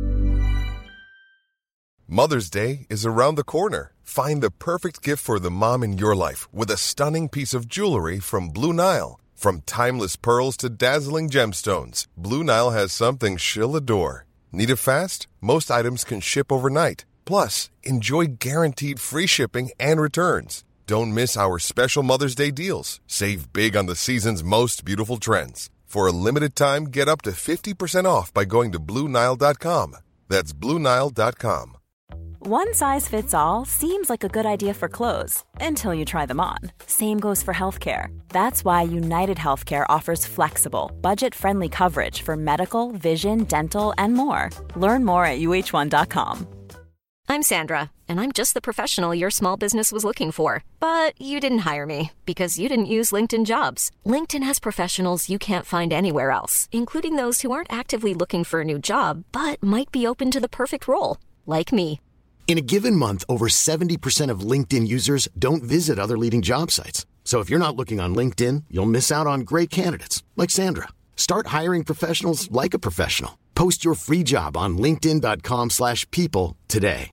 [SPEAKER 6] Mother's Day is around the corner. Find the perfect gift for the mom in your life with a stunning piece of jewelry from Blue Nile. From timeless pearls to dazzling gemstones, Blue Nile has something she'll adore. Need it fast? Most items can ship overnight. Plus, enjoy guaranteed free shipping and returns. Don't miss our special Mother's Day deals. Save big on the season's most beautiful trends. For a limited time, get up to fifty percent off by going to Blue Nile dot com. That's Blue Nile dot com.
[SPEAKER 7] One size fits all seems like a good idea for clothes until you try them on. Same goes for healthcare. That's why United Healthcare offers flexible, budget-friendly coverage for medical, vision, dental, and more. Learn more at U H one dot com.
[SPEAKER 8] I'm Sandra, and I'm just the professional your small business was looking for. But you didn't hire me because you didn't use LinkedIn Jobs. LinkedIn has professionals you can't find anywhere else, including those who aren't actively looking for a new job, but might be open to the perfect role, like me.
[SPEAKER 2] In a given month, over seventy percent of LinkedIn users don't visit other leading job sites. So if you're not looking on LinkedIn, you'll miss out on great candidates like Sandra. Start hiring professionals like a professional. Post your free job on linkedin dot com slash people today.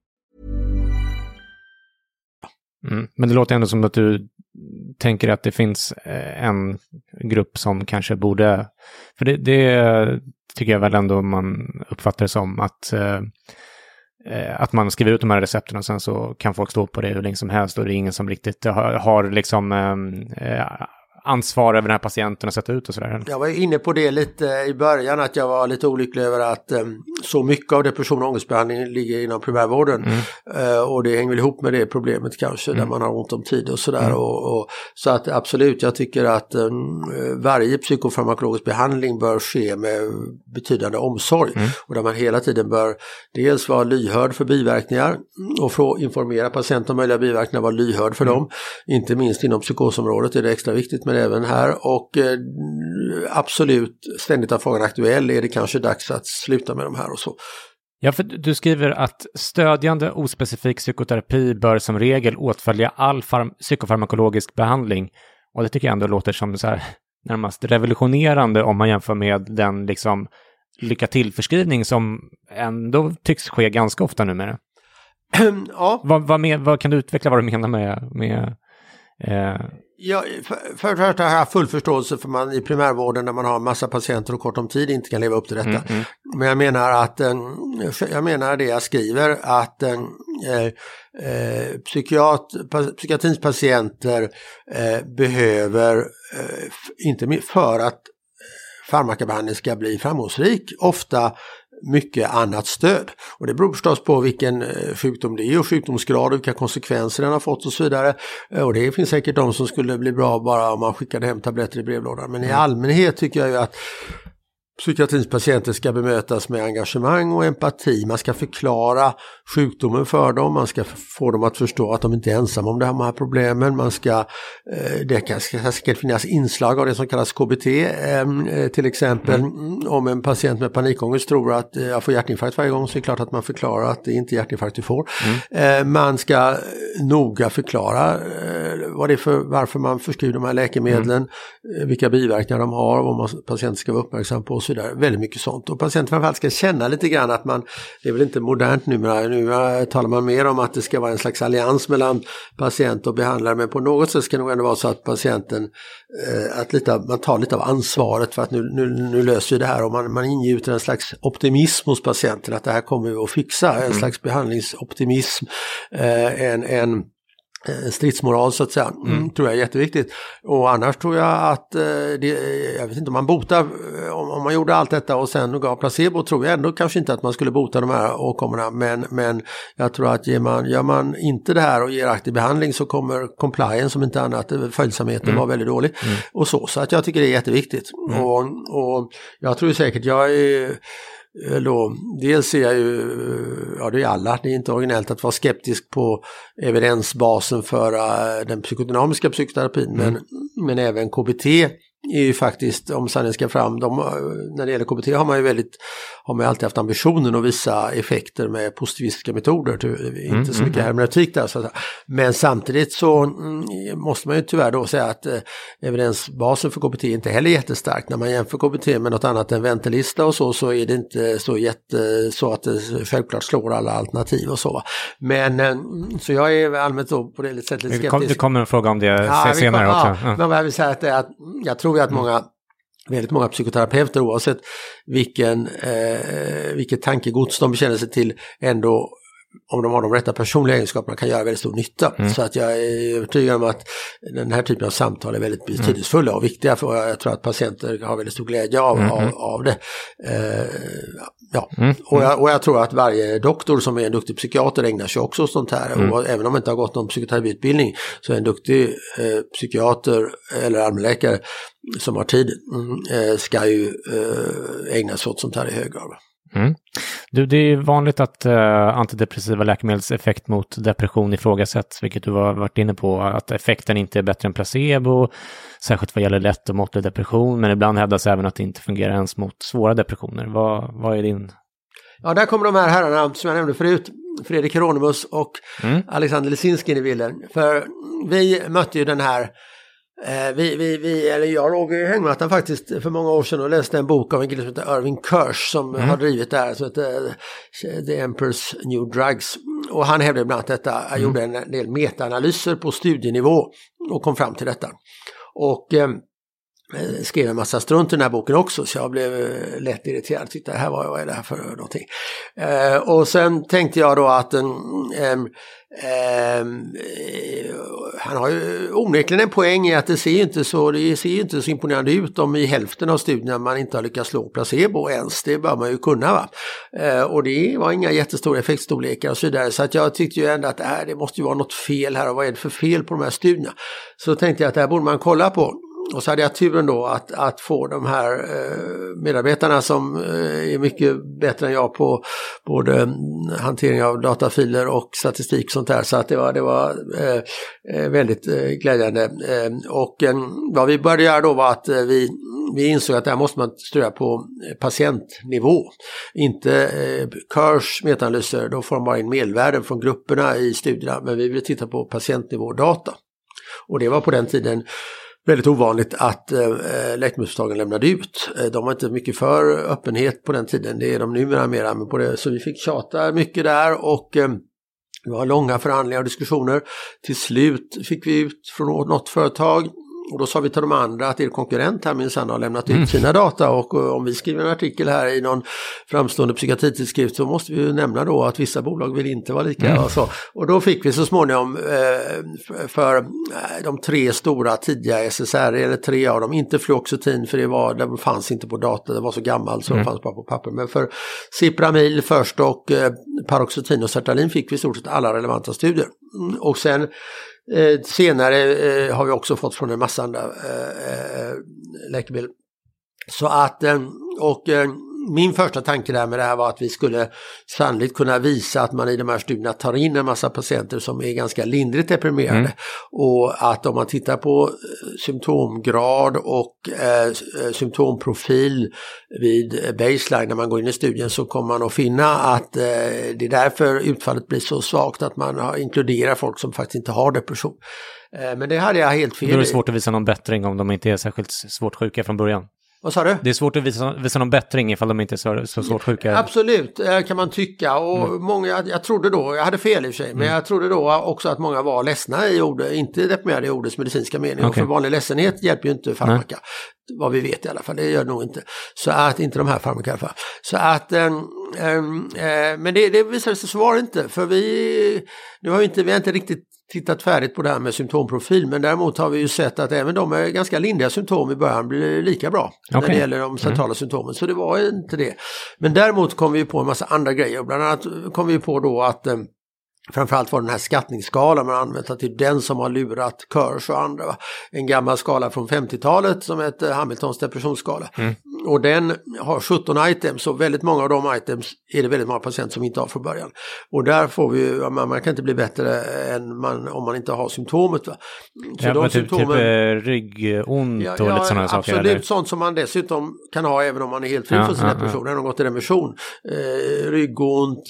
[SPEAKER 3] Mm, men det låter ändå som att du tänker att det finns en grupp som kanske borde, för det, det tycker jag väl ändå man uppfattar som att att man skriver ut de här recepten och sen så kan folk stå på det hur länge som helst och det är ingen som riktigt har, har liksom äh, ansvar över den här patienten och sätta ut och sådär.
[SPEAKER 5] Jag var inne på det lite i början att jag var lite olycklig över att um, så mycket av depression och ångestbehandling ligger inom primärvården mm. uh, och det hänger väl ihop med det problemet kanske mm. där man har ont om tid och sådär mm. och, och, så att absolut jag tycker att um, varje psykofarmakologisk behandling bör ske med betydande omsorg mm. och där man hela tiden bör dels vara lyhörd för biverkningar och få informera patienten om möjliga biverkningar, vara lyhörd för mm. dem, inte minst inom psykosområdet är det extra viktigt med även här och eh, absolut ständigt av frågan aktuell är det kanske dags att sluta med de här och så.
[SPEAKER 3] Ja, för du skriver att stödjande ospecifik psykoterapi bör som regel åtfölja all farm- psykofarmakologisk behandling och det tycker jag ändå låter som så här närmast revolutionerande om man jämför med den liksom lycka till-förskrivning som ändå tycks ske ganska ofta numera.
[SPEAKER 5] Ja.
[SPEAKER 3] Vad, vad, med, vad kan du utveckla vad du menar med... med eh...
[SPEAKER 5] Ja, för, för det första har jag full förståelse för man i primärvården när man har en massa patienter och kort om tid inte kan leva upp till detta. Mm, mm. Men jag menar att jag menar det jag skriver att eh, eh, psykiat, psykiatrins patienter eh, behöver eh, inte för att farmakabehandling ska bli framgångsrik ofta mycket annat stöd. Och det beror förstås på vilken sjukdom det är och sjukdomsgrad och vilka konsekvenser den har fått och så vidare. Och det finns säkert de som skulle bli bra bara om man skickade hem tabletter i brevlådan. Men i allmänhet tycker jag ju att psykiatrins patienter ska bemötas med engagemang och empati. Man ska förklara sjukdomen för dem. Man ska få dem att förstå att de inte är ensamma om de här problemen. Man ska, det kan, ska, ska finnas inslag av det som kallas K B T. Till exempel mm. om en patient med panikångest tror att jag får hjärtinfarkt varje gång, så är det klart att man förklarar att det inte är hjärtinfarkt du får. Mm. Man ska noga förklara vad det är för, varför man förskriver de här läkemedlen, mm. vilka biverkningar de har, vad man, patienten ska vara uppmärksam på och så där. Väldigt mycket sånt. Och patienten framförallt ska känna lite grann att man, det är väl inte modernt numera, nu talar man mer om att det ska vara en slags allians mellan patient och behandlare, men på något sätt ska det nog ändå vara så att patienten, eh, att lite, man tar lite av ansvaret för att nu, nu, nu löser vi det här, och man, man ingjuter en slags optimism hos patienten att det här kommer vi att fixa, en mm. slags behandlingsoptimism, eh, en, en stridsmoral så att säga, mm. tror jag är jätteviktigt. Och annars tror jag att eh, det, jag vet inte om man botar, om, om man gjorde allt detta och sen gav placebo, tror jag ändå kanske inte att man skulle bota de här åkommorna, men, men jag tror att ger man, gör man inte det här och ger aktiv behandling så kommer compliance, som inte annat, följsamheten mm. var väldigt dålig mm. och så, så att jag tycker det är jätteviktigt. Mm. Och, och jag tror säkert, jag är då, dels är jag ju, ja det är alla, det är inte originellt att vara skeptisk på evidensbasen för uh, den psykodynamiska psykoterapin, mm. men, men även K B T är ju faktiskt, om sanningen ska fram, de, när det gäller K B T har man ju väldigt, har man alltid haft ambitionen att visa effekter med positivistiska metoder, inte mm, så mycket mm. hermeneutik där, så att, men samtidigt så mm, måste man ju tyvärr då säga att eh, evidensbasen för K B T är inte heller jättestark. När man jämför K B T med något annat än väntelista och så, så är det inte så jätte, så att det självklart slår alla alternativ och så. Men eh, så jag är allmänt då på det sättet lite skeptisk.
[SPEAKER 3] Det kommer en fråga om det
[SPEAKER 5] ja,
[SPEAKER 3] senare
[SPEAKER 5] kom,
[SPEAKER 3] också.
[SPEAKER 5] Ja,
[SPEAKER 3] ja.
[SPEAKER 5] Men vad jag vill säga att, är att jag tror att många, väldigt många psykoterapeuter, oavsett vilken, eh, vilket tankegods de bekänner sig till, ändå, om de har de rätta personliga egenskaperna, kan göra väldigt stor nytta. Mm. Så att jag är övertygad om att den här typen av samtal är väldigt betydelsefulla och viktiga, för jag tror att patienter har väldigt stor glädje av, mm. av, av det. Eh, ja. Mm. Och, jag, och jag tror att varje doktor som är en duktig psykiater ägnar sig också åt sånt här. Mm. Och även om man inte har gått någon psykoterapiutbildning, så är en duktig eh, psykiater eller allmänläkare som har tid mm, ska ju eh, ägna sig åt sånt här i hög grad.
[SPEAKER 3] Mm. Du, det är vanligt att uh, antidepressiva läkemedels effekt mot depression ifrågasätts, vilket du har varit inne på, att effekten inte är bättre än placebo, särskilt vad gäller lätt och måttlig depression, men ibland hävdas även att det inte fungerar ens mot svåra depressioner. Vad, vad är din...
[SPEAKER 5] Ja, där kommer de här herrarna som jag nämnde förut, Fredrik Hieronymus och mm. Alexander Lisinski in i bilden. För vi mötte ju den här Eh, vi, vi, vi, eller jag låg i hängmattan faktiskt för många år sedan och läste en bok av en kille som heter Irving Kirsch som mm. har drivit det här, som heter The Emperor's New Drugs. Och han hävdade bland annat detta, han mm. gjorde en del metaanalyser på studienivå och kom fram till detta. Och eh, skrev en massa strunt i den här boken också, så jag blev lätt irriterad. Titta, här, vad, vad är det här för någonting? Eh, och sen tänkte jag då att en... Eh, Eh, han har ju onekligen en poäng i att det ser inte så, det ser inte så imponerande ut om i hälften av studierna man inte har lyckats slå placebo ens. Det bör man ju kunna, va? Eh, och det var inga jättestora effektstorlekar och så vidare, så att jag tyckte ju ändå att äh, det måste ju vara något fel här, och vad är det för fel på de här studierna? Så tänkte jag att det här borde man kolla på. Och så hade jag turen då att, att få de här eh, medarbetarna som eh, är mycket bättre än jag på både hantering av datafiler och statistik och sånt där. Så att det var, det var eh, väldigt eh, glädjande. Eh, och eh, vad vi började göra då var att eh, vi, vi insåg att det här måste man studera på patientnivå. Inte eh, Kirsch metaanalyser, då får man bara in medelvärden från grupperna i studierna. Men vi vill titta på patientnivå data. Och det var på den tiden väldigt ovanligt att eh, läkemedelsföretagen lämnade ut. De var inte mycket för öppenhet på den tiden. Det är de numera mera, men på det. Så vi fick tjata mycket där, och eh, det var långa förhandlingar och diskussioner. Till slut fick vi ut från något företag, och då sa vi till de andra att er konkurrent här minsann har lämnat ut sina data, och uh, om vi skriver en artikel här i någon framstående psykiatritidskrift så måste vi ju nämna då att vissa bolag vill inte vara lika. Mm. Och, så. Och då fick vi så småningom eh, för eh, de tre stora tidiga S S R, eller tre av dem, inte fluoxetin, för det, var, det fanns inte på data, det var så gammalt så mm. det fanns bara på papper, men för Cipramil först och eh, paroxetin och sertralin fick vi i stort sett alla relevanta studier. Mm. Och sen Eh, senare eh, har vi också fått från en massa andra eh, läkemedel Så att, och min första tanke där med det här var att vi skulle sannolikt kunna visa att man i de här studierna tar in en massa patienter som är ganska lindrigt deprimerade. Mm. Och att om man tittar på symptomgrad och eh, symptomprofil vid baseline när man går in i studien, så kommer man att finna att eh, det är därför utfallet blir så svagt att man har, inkluderar folk som faktiskt inte har depression. Eh, men det hade jag helt fel i.
[SPEAKER 3] Då är det svårt att visa någon bättring om de inte är särskilt svårt sjuka från början.
[SPEAKER 5] Vad sa du?
[SPEAKER 3] Det är svårt att visa, visa någon bättring ifall de inte är så, så svårt sjuka.
[SPEAKER 5] Absolut, kan man tycka. Och mm. många, jag, jag trodde då, jag hade fel i och för sig, mm. men jag trodde då också att många var ledsna i ordet, inte deprimerade i ordets medicinska mening. Okay. Och för vanlig ledsenhet hjälper ju inte farmaka. Nej. Vad vi vet i alla fall, det gör nog inte. Så att, inte de här farmaka i alla fall. Så att, ähm, ähm, äh, men det, det visade sig så var det inte. För vi, nu har vi inte, vi har inte riktigt tittat färdigt på det här med symptomprofil, men däremot har vi ju sett att även de med ganska lindriga symptom i början blir lika bra okay. när det gäller de centrala mm. symptomen, så det var inte det. Men däremot kom vi på en massa andra grejer, bland annat kom vi på då att eh, framförallt var den här skattningsskalan man använt, att det är den som har lurat Kirsch och andra. Va? En gammal skala från femtiotalet som heter Hamiltons depressionsskala. Mm. Och den har sjutton items, och väldigt många av de items är det väldigt många patienter som inte har från början. Och där får vi ju, man, man kan inte bli bättre än man, om man inte har symptomet. Va?
[SPEAKER 3] Så ja, de typ, symptomen, typ ryggont ja, och
[SPEAKER 5] ja,
[SPEAKER 3] lite sådana saker.
[SPEAKER 5] Absolut,
[SPEAKER 3] eller?
[SPEAKER 5] Sånt som man dessutom kan ha även om man är helt fri ja, från sin ja, depression. Ja. När de gått i remission. Eh, ryggont,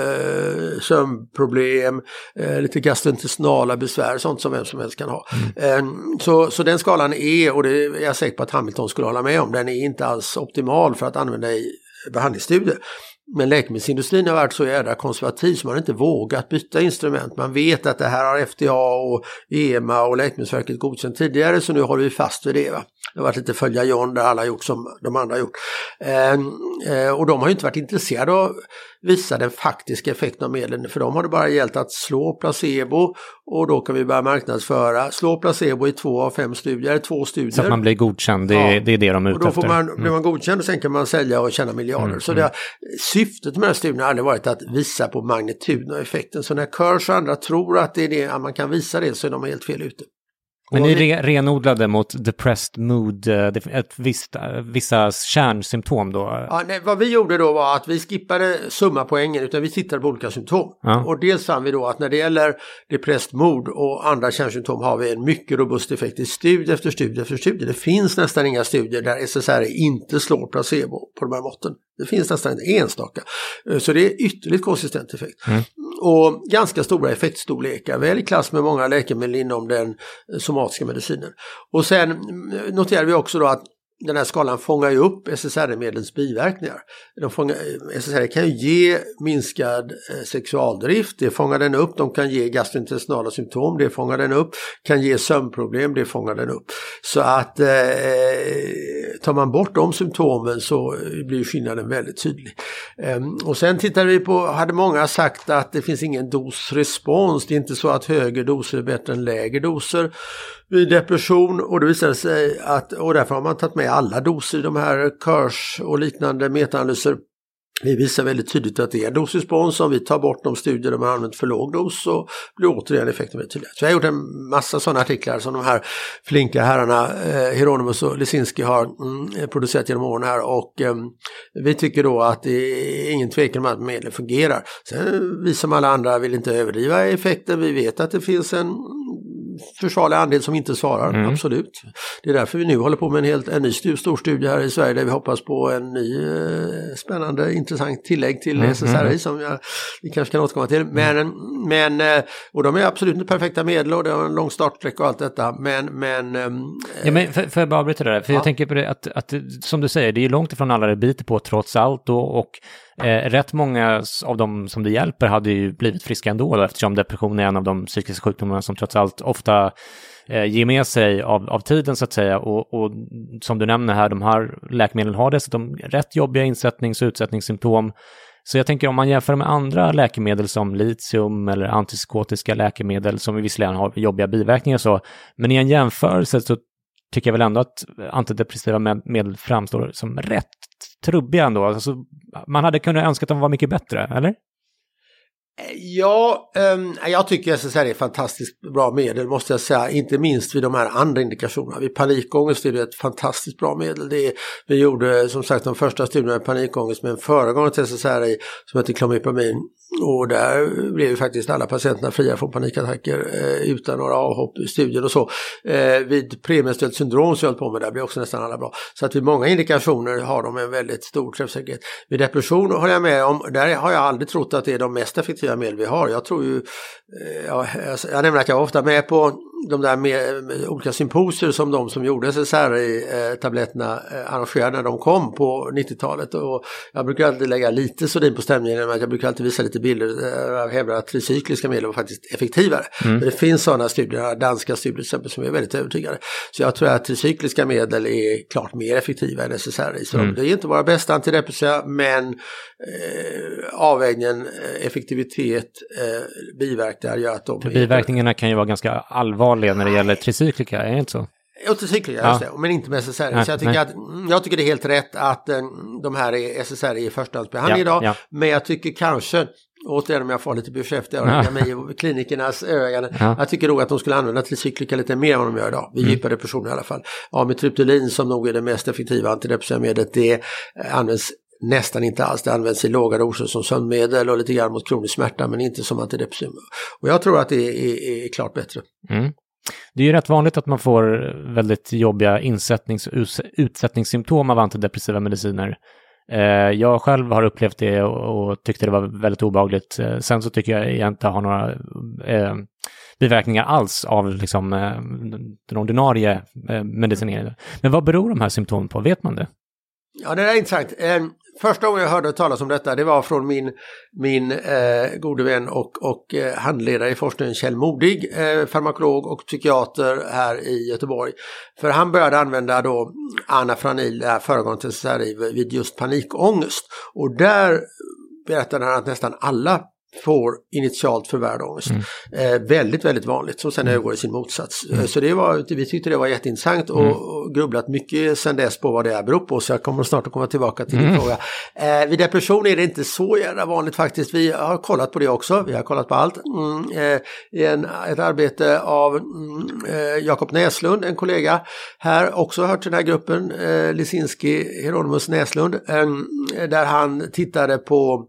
[SPEAKER 5] eh, sömnproblem, Eh, lite gastrointestinala besvär, sånt som vem som helst kan ha. Mm. Eh, så, så den skalan är, och det är jag säker på att Hamilton skulle hålla med om, den är inte alls optimal för att använda i behandlingsstudier. Men läkemedelsindustrin har varit så jävla konservativ så man har inte vågat byta instrument. Man vet att det här har F D A och E M A och Läkemedelsverket godkänt tidigare, så nu håller vi fast vid det. Va? Det har varit lite följa John där alla har gjort som de andra har gjort. Eh, eh, och de har ju inte varit intresserade av att visa den faktiska effekten av medlen, för de har det bara gällt att slå placebo, och då kan vi börja marknadsföra. Slå placebo i två av fem studier, två studier.
[SPEAKER 3] Så att man blir godkänd, det, ja. det är det de är ute
[SPEAKER 5] efter. Och då får man,
[SPEAKER 3] mm.
[SPEAKER 5] blir man godkänd och sen kan man sälja och tjäna miljarder. Mm. Så det, syftet med den här studien har aldrig varit att visa på magnituden och effekten. Så när Kirsch och andra tror att det är det, att man kan visa det, så är de helt fel ute.
[SPEAKER 3] Men ni re- renodlade mot depressed mood, ett visst, vissa kärnsymptom då?
[SPEAKER 5] Ja, nej, vad vi gjorde då var att vi skippade summapoängen, utan vi tittade på olika symptom. Ja. Och dels fann vi då att när det gäller depressed mood och andra kärnsymptom har vi en mycket robust effekt i studie efter studie efter studie. Det finns nästan inga studier där S S R I inte slår placebo på de här måtten. Det finns nästan en enstaka. Så det är ytterligt konsistent effekt. Mm. Och ganska stora effektstorlekar, väl i klass med många läkemedel inom den somatiska medicinen. Och sen noterar vi också då att den här skalan fångar ju upp S S R I-medlens biverkningar. De fångar, S S R I kan ju ge minskad eh, sexualdrift, det fångar den upp. De kan ge gastrointestinala symptom, det fångar den upp. Kan ge sömnproblem, det fångar den upp. Så att eh, tar man bort de symptomen så blir skillnaden väldigt tydlig. Eh, och sen tittade vi på, hade många sagt att det finns ingen dosrespons. Det är inte så att högre doser är bättre än lägre doser vid depression, och det visade sig att, och därför har man tagit med alla doser i de här Kirsch och liknande metaanalyser. Vi visar väldigt tydligt att det är en dosrespons. Om vi tar bort de studier där man har använt för låg dos, så blir återigen effekten väldigt tydlig. Så jag har gjort en massa sådana artiklar som de här flinka herrarna eh, Hieronymus och Lisinski har mm, producerat genom åren här, och eh, vi tycker då att det är ingen tvekan om att medlen fungerar. Sen vi som alla andra vill inte överdriva effekten. Vi vet att det finns en försvarlig andel som inte svarar, mm. absolut. Det är därför vi nu håller på med en helt en ny stu- stor studie här i Sverige där vi hoppas på en ny eh, spännande, intressant tillägg till mm. S S R I som jag, vi kanske kan återkomma till. Men, mm. men, och de är absolut inte perfekta medel och det har en lång startsträcka och allt detta, men... men eh,
[SPEAKER 3] ja, men för, för jag bara avbryta det där, för ja. jag tänker på det att, att, som du säger, det är långt ifrån alla det biter på trots allt då, och Eh, rätt många av dem som det hjälper hade ju blivit friska ändå, eftersom depression är en av de psykiska sjukdomarna som trots allt ofta eh, ger med sig av, av tiden så att säga, och, och som du nämner här, de här läkemedlen har dessutom rätt jobbiga insättnings- och utsättningssymptom. Så jag tänker om man jämför med andra läkemedel som litium eller antipsykotiska läkemedel som visserligen har jobbiga biverkningar så, men i en jämförelse så tycker jag väl ändå att antidepressiva medel framstår som rätt trubbiga ändå. Alltså, man hade kunnat önska att de var mycket bättre, eller?
[SPEAKER 5] Ja, um, jag tycker S S R I är ett fantastiskt bra medel, måste jag säga, inte minst vid de här andra indikationerna. Vid panikångest är det ett fantastiskt bra medel. Det är, vi gjorde som sagt de första studierna med panikångest med en föregångare till S S R I som heter Clomipramin, och där blev ju faktiskt alla patienterna fria från panikattacker eh, utan några avhopp i studien och så. Eh, vid premenstruellt syndrom så jag höll på med där blir också nästan alla bra. Så att vid många indikationer har de en väldigt stor träffsäkerhet. Vid depression har jag med om, där har jag aldrig trott att det är de mest effektiva medel vi har. Jag tror ju, eh, jag, jag nämner att jag var ofta med på de där med, med olika symposier som de som gjorde S S R I-tabletterna eh, arrangerade när de kom på nittiotalet, och jag brukar alltid lägga lite sordin på stämningen, men jag brukar alltid visa lite bilder och hävda att tricykliska medel var faktiskt effektivare. Mm. Det finns sådana studier, danska studier till exempel, som är väldigt övertygade. Så jag tror att tricykliska medel är klart mer effektiva än S S R I. Så mm. det är inte våra bästa antidepressiva, men eh, avvägningen, effektivitet, eh, biverkningar gör att de...
[SPEAKER 3] För biverkningarna kan ju vara ganska allvarliga när det gäller tricyklika, är det inte så?
[SPEAKER 5] Tricykliska, ja. Just det, men inte med S S R I. Nej, så jag tycker, att, jag tycker det är helt rätt att eh, de här är S S R I i förstahandsbehandling ja, idag, ja. Men jag tycker kanske, återigen om jag får lite beskäftig av ja. mig och klinikernas ögon, ja. jag tycker nog att de skulle använda tricyklika lite mer än vad de gör idag, vid mm. djupa depressioner i alla fall. Amitriptylin, som nog är det mest effektiva antidepressiva medlet, det används nästan inte alls. Det används i låga doser som sömnmedel och lite grann mot kronisk smärta, men inte som antidepressiva. Och jag tror att det är, är klart bättre.
[SPEAKER 3] Mm. Det är ju rätt vanligt att man får väldigt jobbiga insättnings- och utsättningssymptom av antidepressiva mediciner. Jag själv har upplevt det och tyckte det var väldigt obehagligt. Sen så tycker jag jag inte har några eh, biverkningar alls av liksom, eh, den ordinarie eh, medicineringen. Men vad beror de här symptomen på? Vet man det?
[SPEAKER 5] Ja, det är intressant. Eh, första gången jag hörde talas om detta, det var från min, min eh, gode vän och, och eh, handledare i forskningen Kjell Modig, eh, farmakolog och psykiater här i Göteborg. För han började använda då Anafranil, det här föregående till S S R I, vid just panikångest. Och där berättade han att nästan alla får initialt förvärrad ångest. Mm. Eh, väldigt, väldigt vanligt, som sen övergår i sin motsats. Mm. Så det var, vi tyckte det var jätteintressant och, mm. och grubblat mycket sen dess på vad det är beror på, så jag kommer snart att komma tillbaka till din mm. fråga. Eh, vid depression är det inte så jävla vanligt faktiskt. Vi har kollat på det också, vi har kollat på allt. Mm, eh, i en, ett arbete av mm, eh, Jakob Näslund, en kollega här, också hört till den här gruppen, eh, Lisinski, Hieronymus Näslund, eh, där han tittade på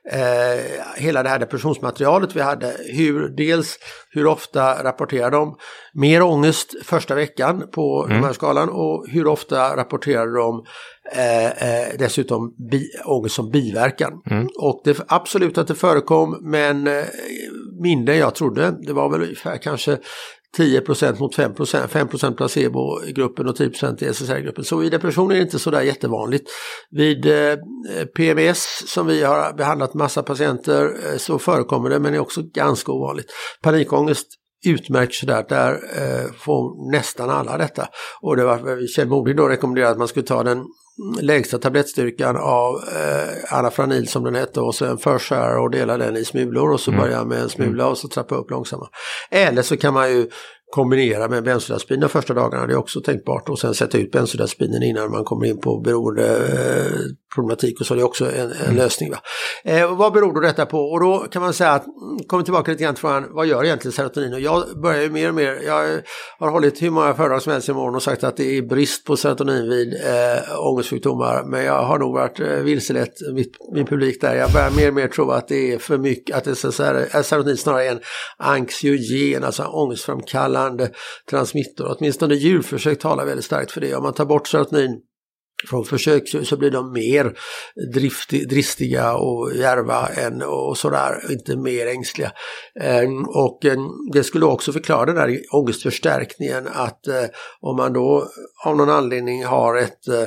[SPEAKER 5] eh, hela det här depressionsmaterialet vi hade, hur dels hur ofta rapporterar de mer ångest första veckan på mm. den här skalan, och hur ofta rapporterar de eh, eh, dessutom bi, ångest som biverkan. Mm. Och det absolut att det förekom, men eh, mindre jag trodde. Det var väl ungefär kanske tio procent mot fem procent, fem procent placebo i gruppen och tio procent i S S R-gruppen. Så i depression är det inte så där jättevanligt. Vid eh, P M S, som vi har behandlat massa patienter, eh, så förekommer det, men är också ganska ovanligt. Panikångest utmärkt sådär, där eh, får nästan alla detta. Och det var Kjell Modig då rekommenderade att man skulle ta den lägsta tablettstyrkan av eh, Anafranil som den hette, och så en förskärare och dela den i smulor, och så mm. börja med en smula och så trappa upp långsamt. Eller så kan man ju kombinera med bensodiazepin de första dagarna, det är också tänkbart, och sen sätta ut bensodiazepinen innan man kommer in på beroende eh, problematik, och så är det också en, en lösning. Va? Eh, vad beror då detta på? Och då kan man säga att, kommer tillbaka lite grann till frågan, vad gör egentligen serotonin? Och jag börjar ju mer och mer, jag har hållit hur många föredrag som helst i morgon och sagt att det är brist på serotonin vid eh, ångestsjukdomar, men jag har nog varit eh, vilselett mitt, min publik där. Jag börjar mer och mer tro att det är för mycket, att det är så här, serotonin snarare är en anxiogen, alltså ångestframkallande transmittor. Åtminstone djurförsök talar väldigt starkt för det. Om man tar bort serotonin från försök så, så blir de mer drifti, dristiga och järva än och sådär, inte mer ängsliga. Eh, och eh, det skulle också förklara den här ångestförstärkningen, att eh, om man då av någon anledning har ett eh,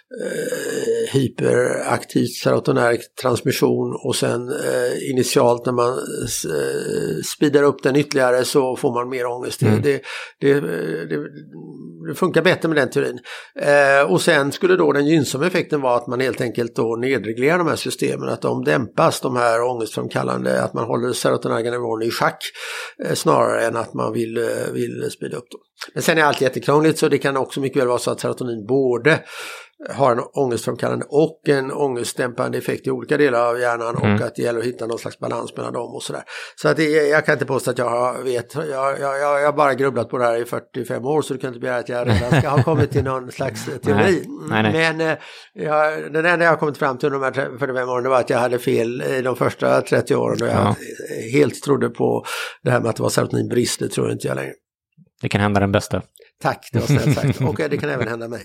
[SPEAKER 5] hyperaktivt serotonärk transmission, och sen eh, initialt när man eh, speedar upp den ytterligare så får man mer ångest. Mm. Det, det, det, det funkar bättre med den teorin. Eh, och sen skulle då den gynnsamma effekten vara att man helt enkelt då nedreglerar de här systemen, att de dämpas, de här ångestframkallande, att man håller serotonerganivån i schack eh, snarare än att man vill, vill speeda upp dem. Men sen är allt jättekrångligt, så det kan också mycket väl vara så att serotonin både har en ångestframkallande och en ångestdämpande effekt i olika delar av hjärnan mm. och att det gäller att hitta någon slags balans mellan dem och sådär. Så att det, jag kan inte påstå att jag vet, jag, jag, jag, jag har bara grubblat på det här i fyrtiofem år så du kan inte begära att jag redan ska ha kommit till någon slags teori. Nej, nej, nej. Men jag, den enda jag har kommit fram till under de här fyrtiofem åren var att jag hade fel i de första trettio åren och jag ja. helt trodde på det här med att det var serotoninbrist, det tror inte jag längre.
[SPEAKER 3] Det kan hända den bästa.
[SPEAKER 5] Tack, det var snällt sagt. Och det kan även hända mig.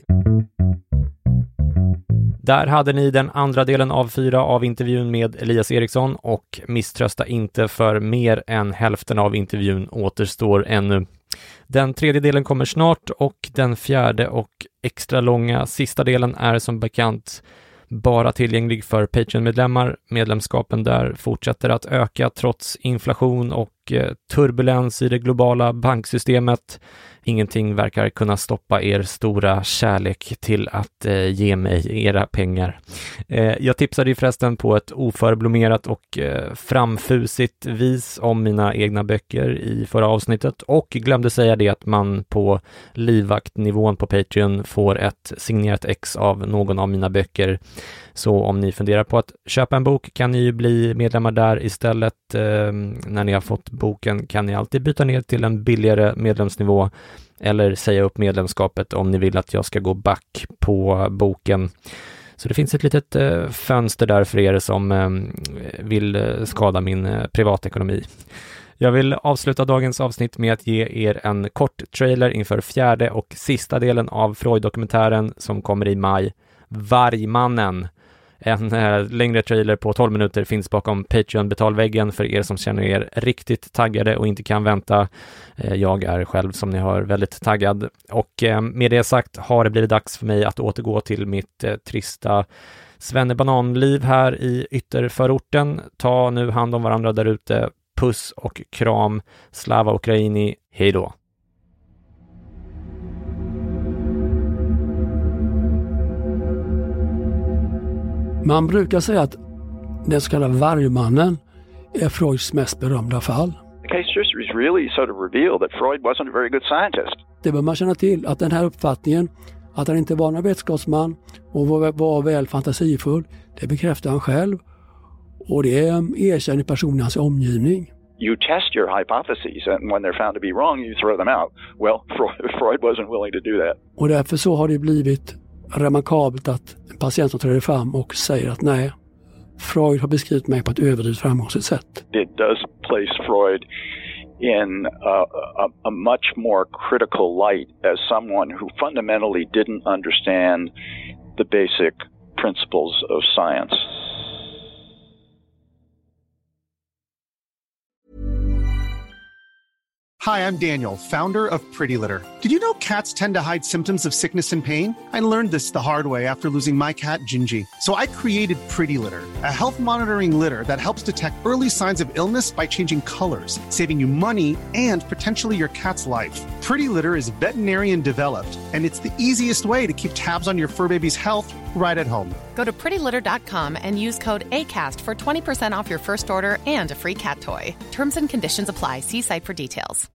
[SPEAKER 3] Där hade ni den andra delen av fyra av intervjun med Elias Eriksson och misströsta inte för mer än hälften av intervjun återstår ännu. Den tredje delen kommer snart och den fjärde och extra långa sista delen är som bekant bara tillgänglig för Patreon-medlemmar. Medlemskapen där fortsätter att öka trots inflation och turbulens i det globala banksystemet. Ingenting verkar kunna stoppa er stora kärlek till att eh, ge mig era pengar. Eh, jag tipsade ju förresten på ett oförblommerat och eh, framfusigt vis om mina egna böcker i förra avsnittet och glömde säga det att man på livvaktnivån på Patreon får ett signerat ex av någon av mina böcker. Så om ni funderar på att köpa en bok kan ni ju bli medlemmar där istället. Eh, när ni har fått boken kan ni alltid byta ner till en billigare medlemsnivå eller säga upp medlemskapet om ni vill att jag ska gå back på boken. Så det finns ett litet eh, fönster där för er som eh, vill eh, skada min eh, privatekonomi. Jag vill avsluta dagens avsnitt med att ge er en kort trailer inför fjärde och sista delen av Freud-dokumentären som kommer i maj. Vargmannen. En äh, längre trailer på tolv minuter finns bakom Patreon-betalväggen för er som känner er riktigt taggade och inte kan vänta. Eh, jag är själv som ni hör väldigt taggad. Och eh, med det sagt har det blivit dags för mig att återgå till mitt eh, trista svennebananliv här i ytterförorten. Ta nu hand om varandra där ute. Puss och kram. Slava Ukraini. Hej då.
[SPEAKER 9] Man brukar säga att den så kallade vargmannen är Freuds mest berömda fall.
[SPEAKER 10] The case just really sort of revealed that Freud wasn't a very good scientist.
[SPEAKER 9] Det bör man känna till, att den här uppfattningen att han inte var någon vetenskapsman och var, var väl fantasifull, det bekräftar han själv och det erkänner personen i hans omgivning.
[SPEAKER 10] You test your hypotheses and when they're found to be wrong you throw them out. Well, Freud wasn't willing to do that.
[SPEAKER 9] Och därför så har det blivit remarkabelt att en patient som träder fram och säger att nej, Freud har beskrivit mig på ett överdrivet framgångsrikt sätt.
[SPEAKER 10] It does place Freud in a, a, a much more critical light as someone who fundamentally didn't understand the basic principles of science.
[SPEAKER 11] Hi, I'm Daniel, founder of Pretty Litter. Did you know cats tend to hide symptoms of sickness and pain? I learned this the hard way after losing my cat, Gingy. So I created Pretty Litter, a health monitoring litter that helps detect early signs of illness by changing colors, saving you money and potentially your cat's life. Pretty Litter is veterinarian developed, and it's the easiest way to keep tabs on your fur baby's health right at home.
[SPEAKER 12] Go to pretty litter dot com and use code ACAST for twenty percent off your first order and a free cat toy. Terms and conditions apply. See site for details.